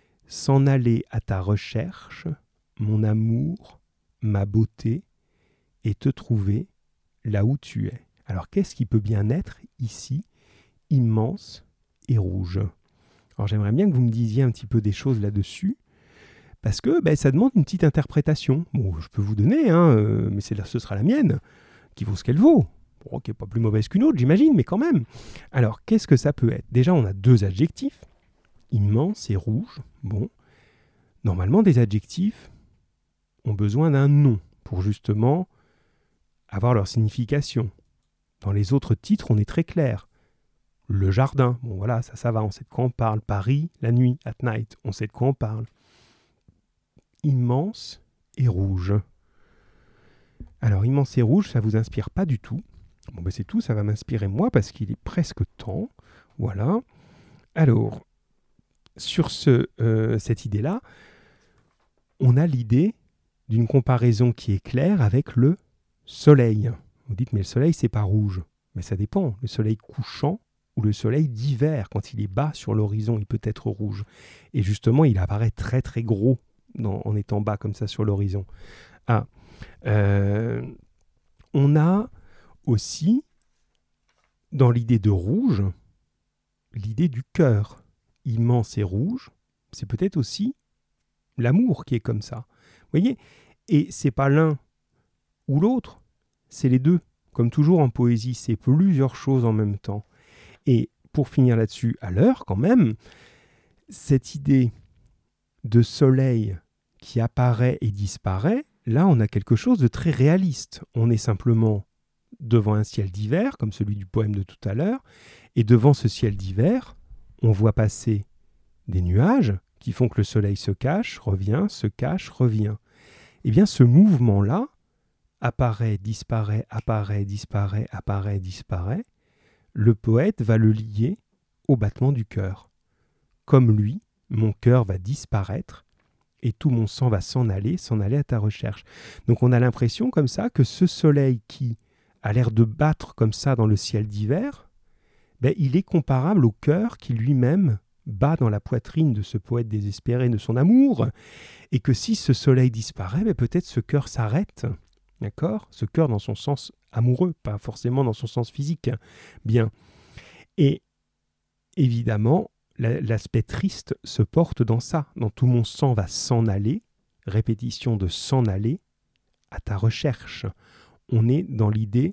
à ta recherche, mon amour, ma beauté, et te trouver là où tu es. Alors, qu'est-ce qui peut bien être ici, immense et rouge? Alors, j'aimerais bien que vous me disiez un petit peu des choses là-dessus, parce que ça demande une petite interprétation. Bon, je peux vous donner, mais ce sera la mienne, qui vaut ce qu'elle vaut. Bon, qui n'est pas plus mauvaise qu'une autre, j'imagine, mais quand même. Alors, qu'est-ce que ça peut être? Déjà, on a 2 adjectifs, immense et rouge. Bon, normalement, des adjectifs ont besoin d'un nom pour justement avoir leur signification. Dans les autres titres, on est très clair. Le jardin, bon voilà, ça va, on sait de quoi on parle. Paris, la nuit, at night, on sait de quoi on parle. Immense et rouge. Alors, immense et rouge, ça ne vous inspire pas du tout. Bon, c'est tout, ça va m'inspirer moi parce qu'il est presque temps. Voilà. Alors, sur cette idée-là, on a l'idée d'une comparaison qui est claire avec le soleil. Vous dites, mais le soleil, c'est pas rouge. Mais ça dépend. Le soleil couchant ou le soleil d'hiver, quand il est bas sur l'horizon, il peut être rouge. Et justement, il apparaît très très gros en étant bas comme ça sur l'horizon. On a aussi, dans l'idée de rouge, l'idée du cœur. Immense et rouge, c'est peut-être aussi l'amour qui est comme ça. Vous voyez? Et c'est pas l'un ou l'autre, c'est les deux. Comme toujours en poésie, c'est plusieurs choses en même temps. Et pour finir là-dessus, à l'heure quand même, cette idée de soleil qui apparaît et disparaît, là on a quelque chose de très réaliste. On est simplement devant un ciel d'hiver, comme celui du poème de tout à l'heure, et devant ce ciel d'hiver, on voit passer des nuages qui font que le soleil se cache, revient, se cache, revient. Eh bien, ce mouvement-là apparaît, disparaît, apparaît, disparaît, apparaît, disparaît. Le poète va le lier au battement du cœur. Comme lui, mon cœur va disparaître et tout mon sang va s'en aller à ta recherche. Donc on a l'impression comme ça que ce soleil qui a l'air de battre comme ça dans le ciel d'hiver, il est comparable au cœur qui lui-même bat dans la poitrine de ce poète désespéré de son amour, et que si ce soleil disparaît, peut-être ce cœur s'arrête, d'accord? Ce cœur dans son sens amoureux, pas forcément dans son sens physique. Bien. Et évidemment, l'aspect triste se porte dans ça, dans tout mon sang va s'en aller, répétition de s'en aller, à ta recherche. On est dans l'idée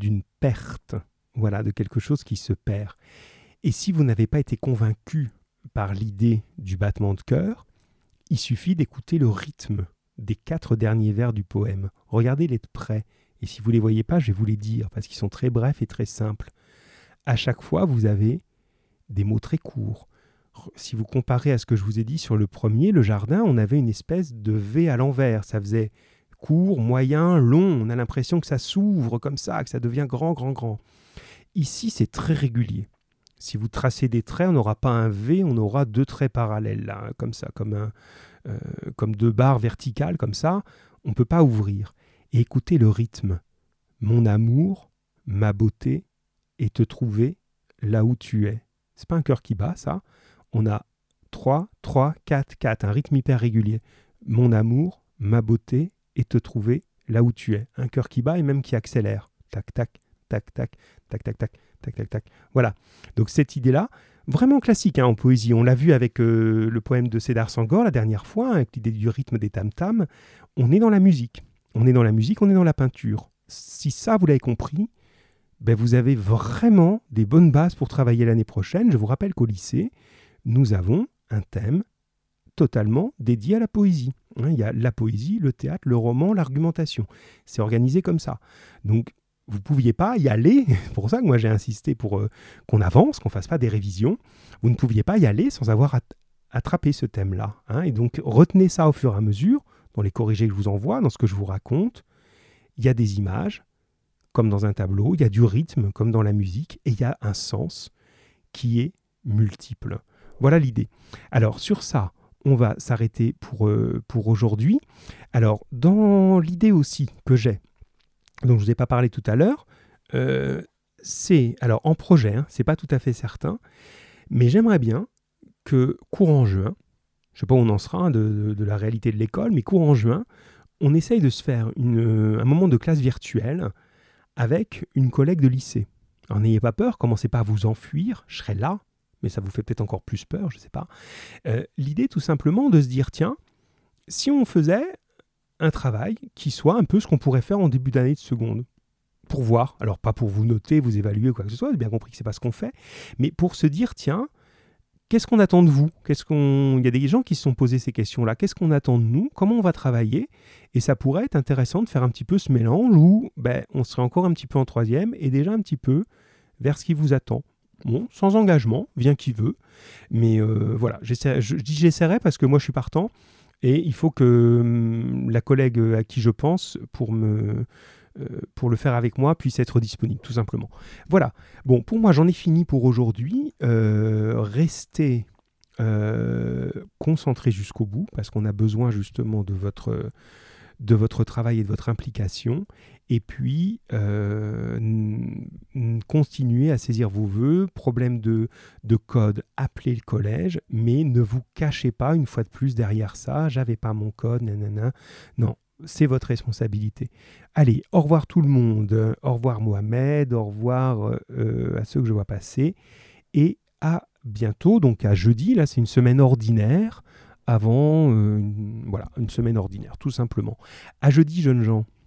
d'une perte, voilà, de quelque chose qui se perd. Et si vous n'avez pas été convaincu par l'idée du battement de cœur, il suffit d'écouter le rythme des 4 derniers vers du poème. Regardez-les de près. Et si vous ne les voyez pas, je vais vous les dire, parce qu'ils sont très brefs et très simples. À chaque fois, vous avez des mots très courts. Si vous comparez à ce que je vous ai dit sur le premier, le jardin, on avait une espèce de V à l'envers. Ça faisait court, moyen, long. On a l'impression que ça s'ouvre comme ça, que ça devient grand, grand, grand. Ici, c'est très régulier. Si vous tracez des traits, on n'aura pas un V, on aura 2 traits parallèles, là, comme ça, comme 2 barres verticales, comme ça. On ne peut pas ouvrir. Et écoutez le rythme. Mon amour, ma beauté, et te trouver là où tu es. C'est pas un cœur qui bat, ça. On a 3, 3, 4, 4, un rythme hyper régulier. Mon amour, ma beauté, et te trouver là où tu es. Un cœur qui bat et même qui accélère. Tac, tac, tac, tac, tac, tac, tac, tac, tac, tac. Voilà. Donc cette idée-là, vraiment classique en poésie. On l'a vu avec le poème de Cédar Senghor la dernière fois, avec l'idée du rythme des tam-tams. On est dans la musique. On est dans la musique, on est dans la peinture. Si ça, vous l'avez compris, vous avez vraiment des bonnes bases pour travailler l'année prochaine. Je vous rappelle qu'au lycée, nous avons un thème totalement dédié à la poésie. Il y a la poésie, le théâtre, le roman, l'argumentation. C'est organisé comme ça. Donc, vous ne pouviez pas y aller, c'est pour ça que moi j'ai insisté pour qu'on avance, qu'on ne fasse pas des révisions. Vous ne pouviez pas y aller sans avoir attrapé ce thème-là. Et donc, retenez ça au fur et à mesure, dans les corrigés que je vous envoie, dans ce que je vous raconte. Il y a des images, comme dans un tableau, il y a du rythme, comme dans la musique, et il y a un sens qui est multiple. Voilà l'idée. Alors, sur ça, on va s'arrêter pour aujourd'hui. Alors, dans l'idée aussi que j'ai, dont je ne vous ai pas parlé tout à l'heure, c'est, alors en projet, c'est pas tout à fait certain, mais j'aimerais bien que courant juin, je ne sais pas où on en sera de la réalité de l'école, mais courant juin, on essaye de se faire un moment de classe virtuelle avec une collègue de lycée. Alors n'ayez pas peur, commencez pas à vous enfuir, je serai là, mais ça vous fait peut-être encore plus peur, je ne sais pas. L'idée tout simplement de se dire, tiens, si on faisait un travail qui soit un peu ce qu'on pourrait faire en début d'année de seconde, pour voir, alors pas pour vous noter, vous évaluer ou quoi que ce soit, j'ai bien compris que ce n'est pas ce qu'on fait, mais pour se dire, tiens, qu'est-ce qu'on attend de vous ? Il y a des gens qui se sont posés ces questions-là. Qu'est-ce qu'on attend de nous ? Comment on va travailler ? Et ça pourrait être intéressant de faire un petit peu ce mélange où on serait encore un petit peu en troisième et déjà un petit peu vers ce qui vous attend. Bon, sans engagement, vient qui veut. Mais voilà, je dis j'essaierai parce que moi je suis partant et il faut que la collègue à qui je pense pour le faire avec moi puisse être disponible, tout simplement. Voilà. Bon, pour moi, j'en ai fini pour aujourd'hui. Restez concentrés jusqu'au bout, parce qu'on a besoin justement de votre travail et de votre implication. Et puis, continuez à saisir vos vœux. Problème de code, appelez le collège, mais ne vous cachez pas une fois de plus derrière ça. J'avais pas mon code, nanana. Non. C'est votre responsabilité. Allez, au revoir tout le monde. Au revoir Mohamed. Au revoir à ceux que je vois passer. Et à bientôt. Donc à jeudi. Là, c'est une semaine ordinaire. Avant, une semaine ordinaire, tout simplement. À jeudi, jeunes gens.